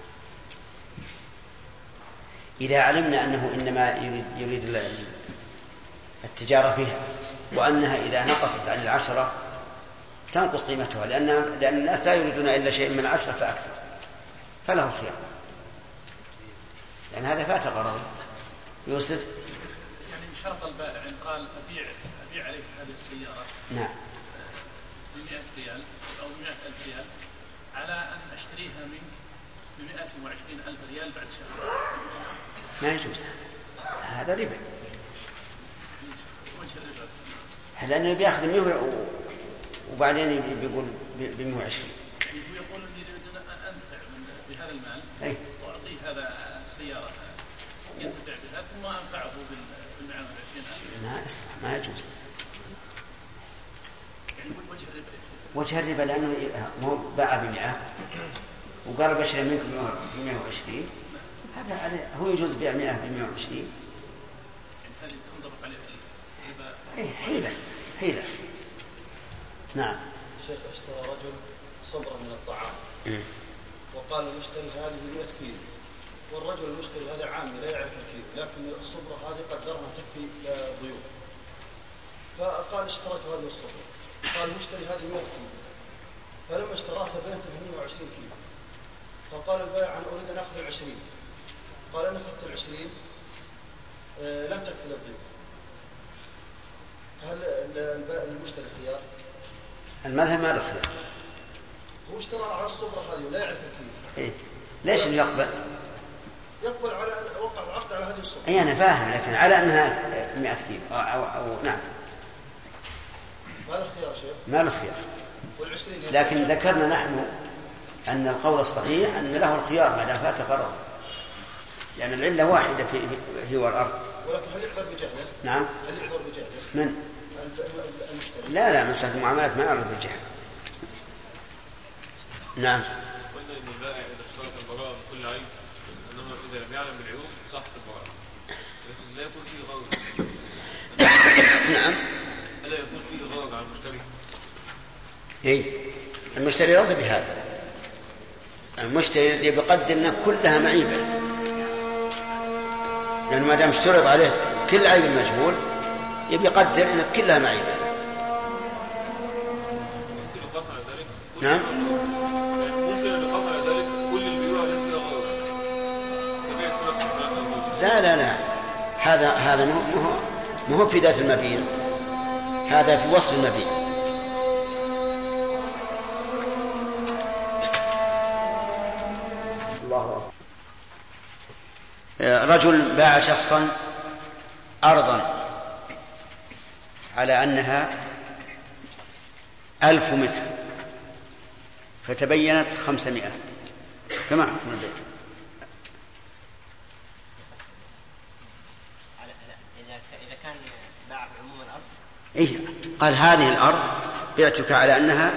Q: إذا علمنا أنه إنما يريد, يريد التجارة فيها وأنها إذا نقصت عن العشرة تنقص قيمتها، لأن لأن الناس لا يريدون إلا شيء من العشرة فأكثر، فله الخيار، لأن هذا فات غرضه. يوسف.
T: يعني شرط البائع إن قال أبيع أبيع عليك هذه السيارة
Q: نعم
T: بمئة ريال أو بمئة ألف ريال على أن أشتريها منك بمئة وعشرين ألف ريال بعد شهر،
Q: ما يجوز، هذا ربا. لأنه بيأخذ مئة وبعدين بيقول بمئة وعشرين.
T: يقول إني أريد أن أنتفع بهذا المال
Q: أي.
T: وأعطيه هذا السيارة ينتفع بها ثم أنفعه بالمئة وعشرين ألف.
Q: ما أسمع، ما يجوز.
T: يعني وجه الربا.
Q: وجه الربا لأنه مو باع بمئة وقال بشر منك بمئة وعشرين، هذا هو يجوز بيع مئة بمئة وعشرين.
T: يعني هذه تنضبط عليه الربا.
Q: إيه حيلة حيلة. نعم.
M: شيخ اشترى رجل صبرا من الطعام
Q: م.
M: وقال المشتري هذه مئة كيلو، والرجل المشتري هذا عامي لا يعرف الكيلو، لكن الصبرة هذه قدرها تكفي ضيوف، فقال اشتريت هذه الصبرة، قال المشتري هذه مئة كيلو، فلما اشتراها بينته مئة وعشرين كيلو، فقال البائع أنا أريد أن أخذ العشرين، قال أنا أخذت العشرين آه لم تكفي للضيوف، هل المشتري خيار؟
Q: المذهب ما له خيار.
M: هو اشترى على الصبرة هذه ولا يعرف الكيلو.
Q: إيه؟ ليش اللي يقبل؟
M: يقبل على أن وقع العقد على هذه الصبرة.
Q: أي أنا فاهم، لكن على أنها مئة كيلو أو, أو, أو نعم.
M: ما له خيار شيخ؟
Q: ما له خيار. لكن ذكرنا نحن أن القول الصحيح أن له الخيار ما دام فات غرض، يعني العلة واحدة في هي والأرض.
M: ولكن هل يعذر بجهله؟
Q: نعم.
M: هل يعذر بجهله؟
Q: من؟
M: المشتري.
Q: لا لا مسألة المعاملات ما يعرف بالجهل. نعم.
J: قلنا إن البائع إذا اشترط البراءة من كل عيب أنه إذا لم يعلم بالعيوب صحت البراءة، لكن لا يكون فيه غرض.
Q: نعم.
J: ألا يكون فيه غرض على المشتري؟
Q: إيه المشتري راضي بهذا. المشتري اللي بيقدر أن كلها معيبة، لأنه ما دام اشترط عليه كل عيب مجهول يبي يقدر أن كلها معيبة.
J: ممكن يقاس على ذلك.
Q: نعم.
J: ممكن يقاس على ذلك كل البيوع اللي فيها غرض. كبيع السلف.
Q: لا لا لا هذا هذا مو مو مو في ذات المبيع، هذا في وصف المبيع. الله أكبر. رجل باع شخصا أرضا على أنها ألف متر فتبينت خمسمائة، كما حكم البيت؟
K: إذا كان باع عموم الأرض
Q: إيه قال هذه الأرض بعتك على أنها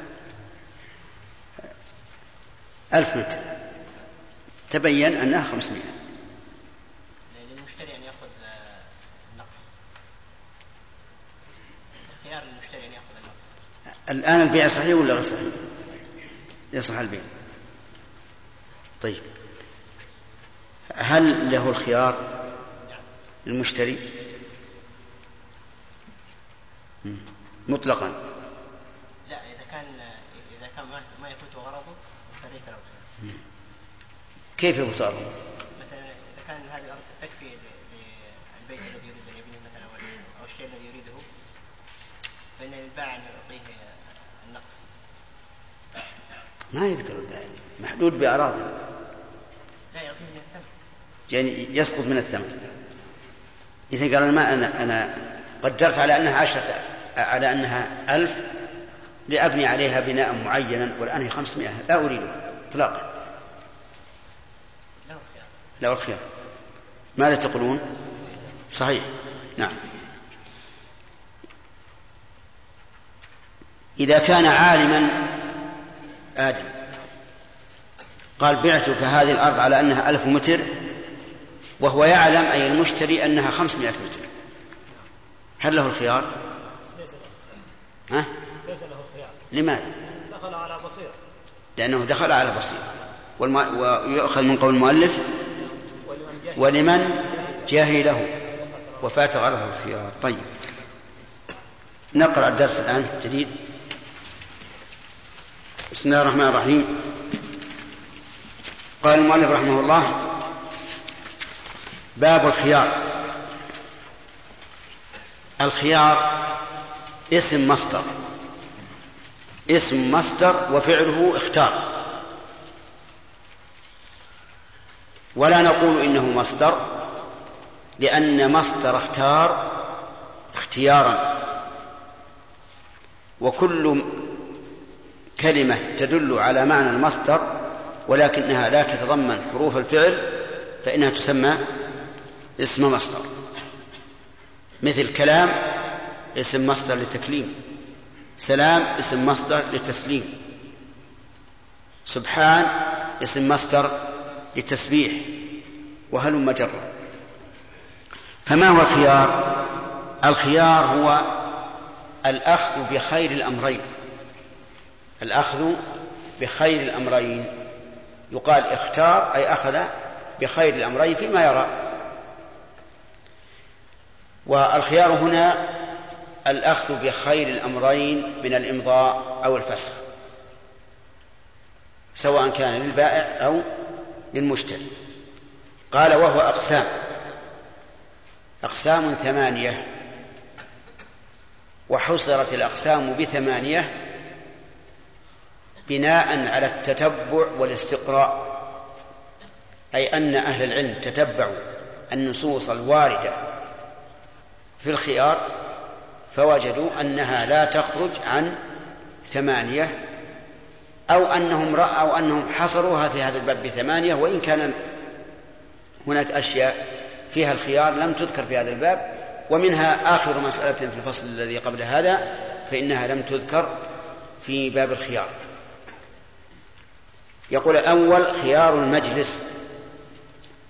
Q: ألف متر تبين أنها خمسمائة.
K: للمشتري أن يأخذ النقص، خيار للمشتري أن يأخذ النقص.
Q: الآن البيع صحيح ولا غير صحيح؟ يصح البيع. طيب هل له الخيار المشتري مطلقا؟
K: لا إذا كان إذا كان ما يفوت غرضه فليس له خيار.
Q: كيف يفوت غرضه؟
K: مثلا إذا كان هذه الأرض تكفي للبيع الذي يريد أن يبنيه مثلا أو الشيء الذي يريده، فإن البائع أن يعطيه النقص.
Q: ما يقدر البائع، محدود بأراضي.
K: لا يعطيه من الثمن،
Q: يعني يسقط من الثمن. إذا قال أنا ما أنا أنا قدرت على أنها عشرة على أنها ألف لأبني عليها بناء معينا والآن هي خمسمائة لا أريدها إطلاقا. لا الخيار. ماذا تقولون؟ صحيح. نعم. إذا كان عالما آدم قال بعتك هذه الأرض على أنها ألف متر وهو يعلم أي المشتري أنها خمسمائة متر، هل له الخيار؟
R: ليس له.
Q: ها؟
R: ليس له الخيار.
Q: لماذا؟
R: دخل على بصيرة.
Q: لأنه دخل على بصيرة. والم... ويؤخذ من قول المؤلف ولمن جهله وفات غرضه الخيار. طيب نقرأ الدرس الآن جديد. بسم الله الرحمن الرحيم. قال المؤلف رحمه الله: باب الخيار. الخيار اسم مصدر، اسم مصدر وفعله اختار، ولا نقول إنه مصدر لأن مصدر اختار اختيارا، وكل كلمة تدل على معنى المصدر ولكنها لا تتضمن حروف الفعل فإنها تسمى اسم مصدر. مثل كلام اسم مصدر للتكليم، سلام اسم مصدر للتسليم، سبحان اسم مصدر للتسبيح، وهلم جرا. فما هو الخيار؟ الخيار هو الأخذ بخير الأمرين، الأخذ بخير الأمرين. يقال اختار أي أخذ بخير الأمرين فيما يرى. والخيار هنا الأخذ بخير الأمرين من الإمضاء أو الفسخ، سواء كان للبائع أو للمشتري. قال: وهو أقسام، أقسام ثمانية، وحصرت الأقسام بثمانية بناء على التتبع والاستقراء، أي أن أهل العلم تتبعوا النصوص الواردة في الخيار فوجدوا أنها لا تخرج عن ثمانية، أو أنهم رأوا أنهم حصروها في هذا الباب بثمانية، وإن كان هناك أشياء فيها الخيار لم تذكر في هذا الباب، ومنها آخر مسألة في الفصل الذي قبل هذا فإنها لم تذكر في باب الخيار. يقول الأول: خيار المجلس.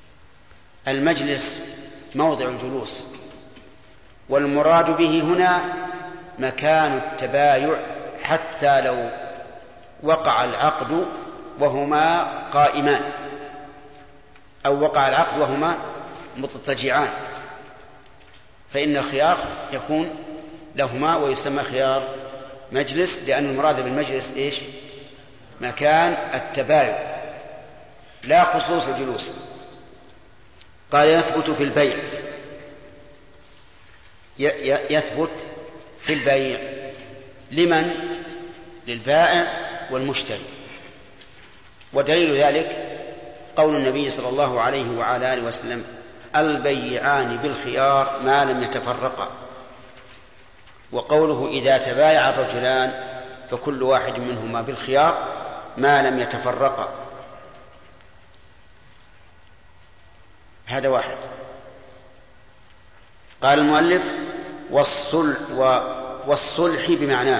Q: المجلس موضع الجلوس، والمراد به هنا مكان التبايع حتى لو وقع العقد وهما قائمان، أو وقع العقد وهما مضطجعان، فإن الخيار يكون لهما ويسمى خيار مجلس، لأن المراد بالمجلس إيش؟ مكان التبايع لا خصوص الجلوس. قال يثبت في البيع، يثبت في البيع لمن؟ للبائع والمشتري. ودليل ذلك قول النبي صلى الله عليه وعلى آله وسلم: البيعان بالخيار ما لم يتفرقا. وقوله: إذا تبايع الرجلان فكل واحد منهما بالخيار ما لم يتفرقا. هذا واحد. قال المؤلف: والصلح, والصلح بمعناه.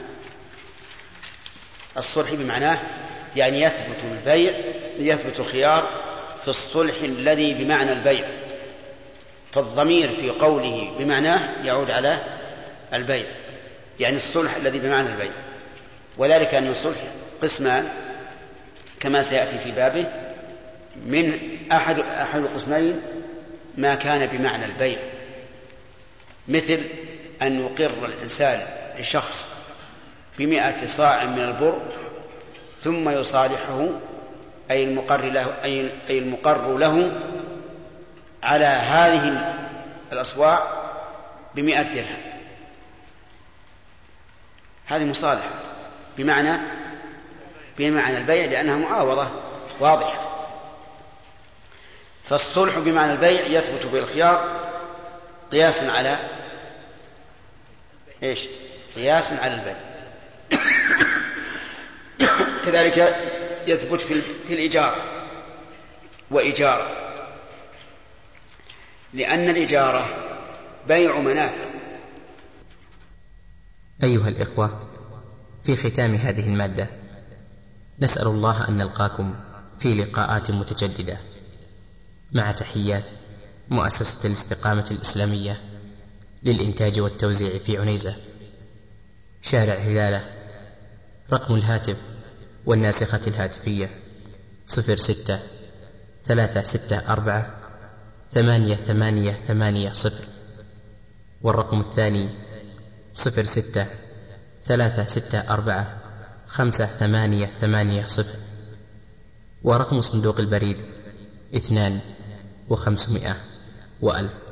Q: الصلح بمعناه يعني يثبت البيع، يثبت الخيار في الصلح الذي بمعنى البيع، فالضمير في قوله بمعناه يعود على البيع، يعني الصلح الذي بمعنى البيع. وذلك أن الصلح قسمان كما سيأتي في بابه، من أحد أحد القسمين ما كان بمعنى البيع، مثل أن يقر الإنسان لشخص بمئة صاع من البر ثم يصالحه أي المقر له, أي المقر له على هذه الأصواع بمئة درهم. هذه مصالحة بمعنى بمعنى البيع لأنها معاوضة واضحة. فالصلح بمعنى البيع يثبت بالخيار قياسا على إيش؟ قياسا على البيع. كذلك يثبت في الإجارة وإجارة، لأن الإجارة بيع منافع.
A: أيها الإخوة، في ختام هذه المادة نسأل الله أن نلقاكم في لقاءات متجددة، مع تحيات مؤسسة الاستقامة الإسلامية للإنتاج والتوزيع في عنيزة، شارع هلالة. رقم الهاتف والناسخة الهاتفية صفر ستة ثلاثة ستة أربعة ثمانية ثمانية ثمانية صفر، والرقم الثاني صفر ستة ثلاثة ستة أربعة خمسة ثمانية ثمانية صفر، ورقم صندوق البريد اثنان وخمسمائة وألف.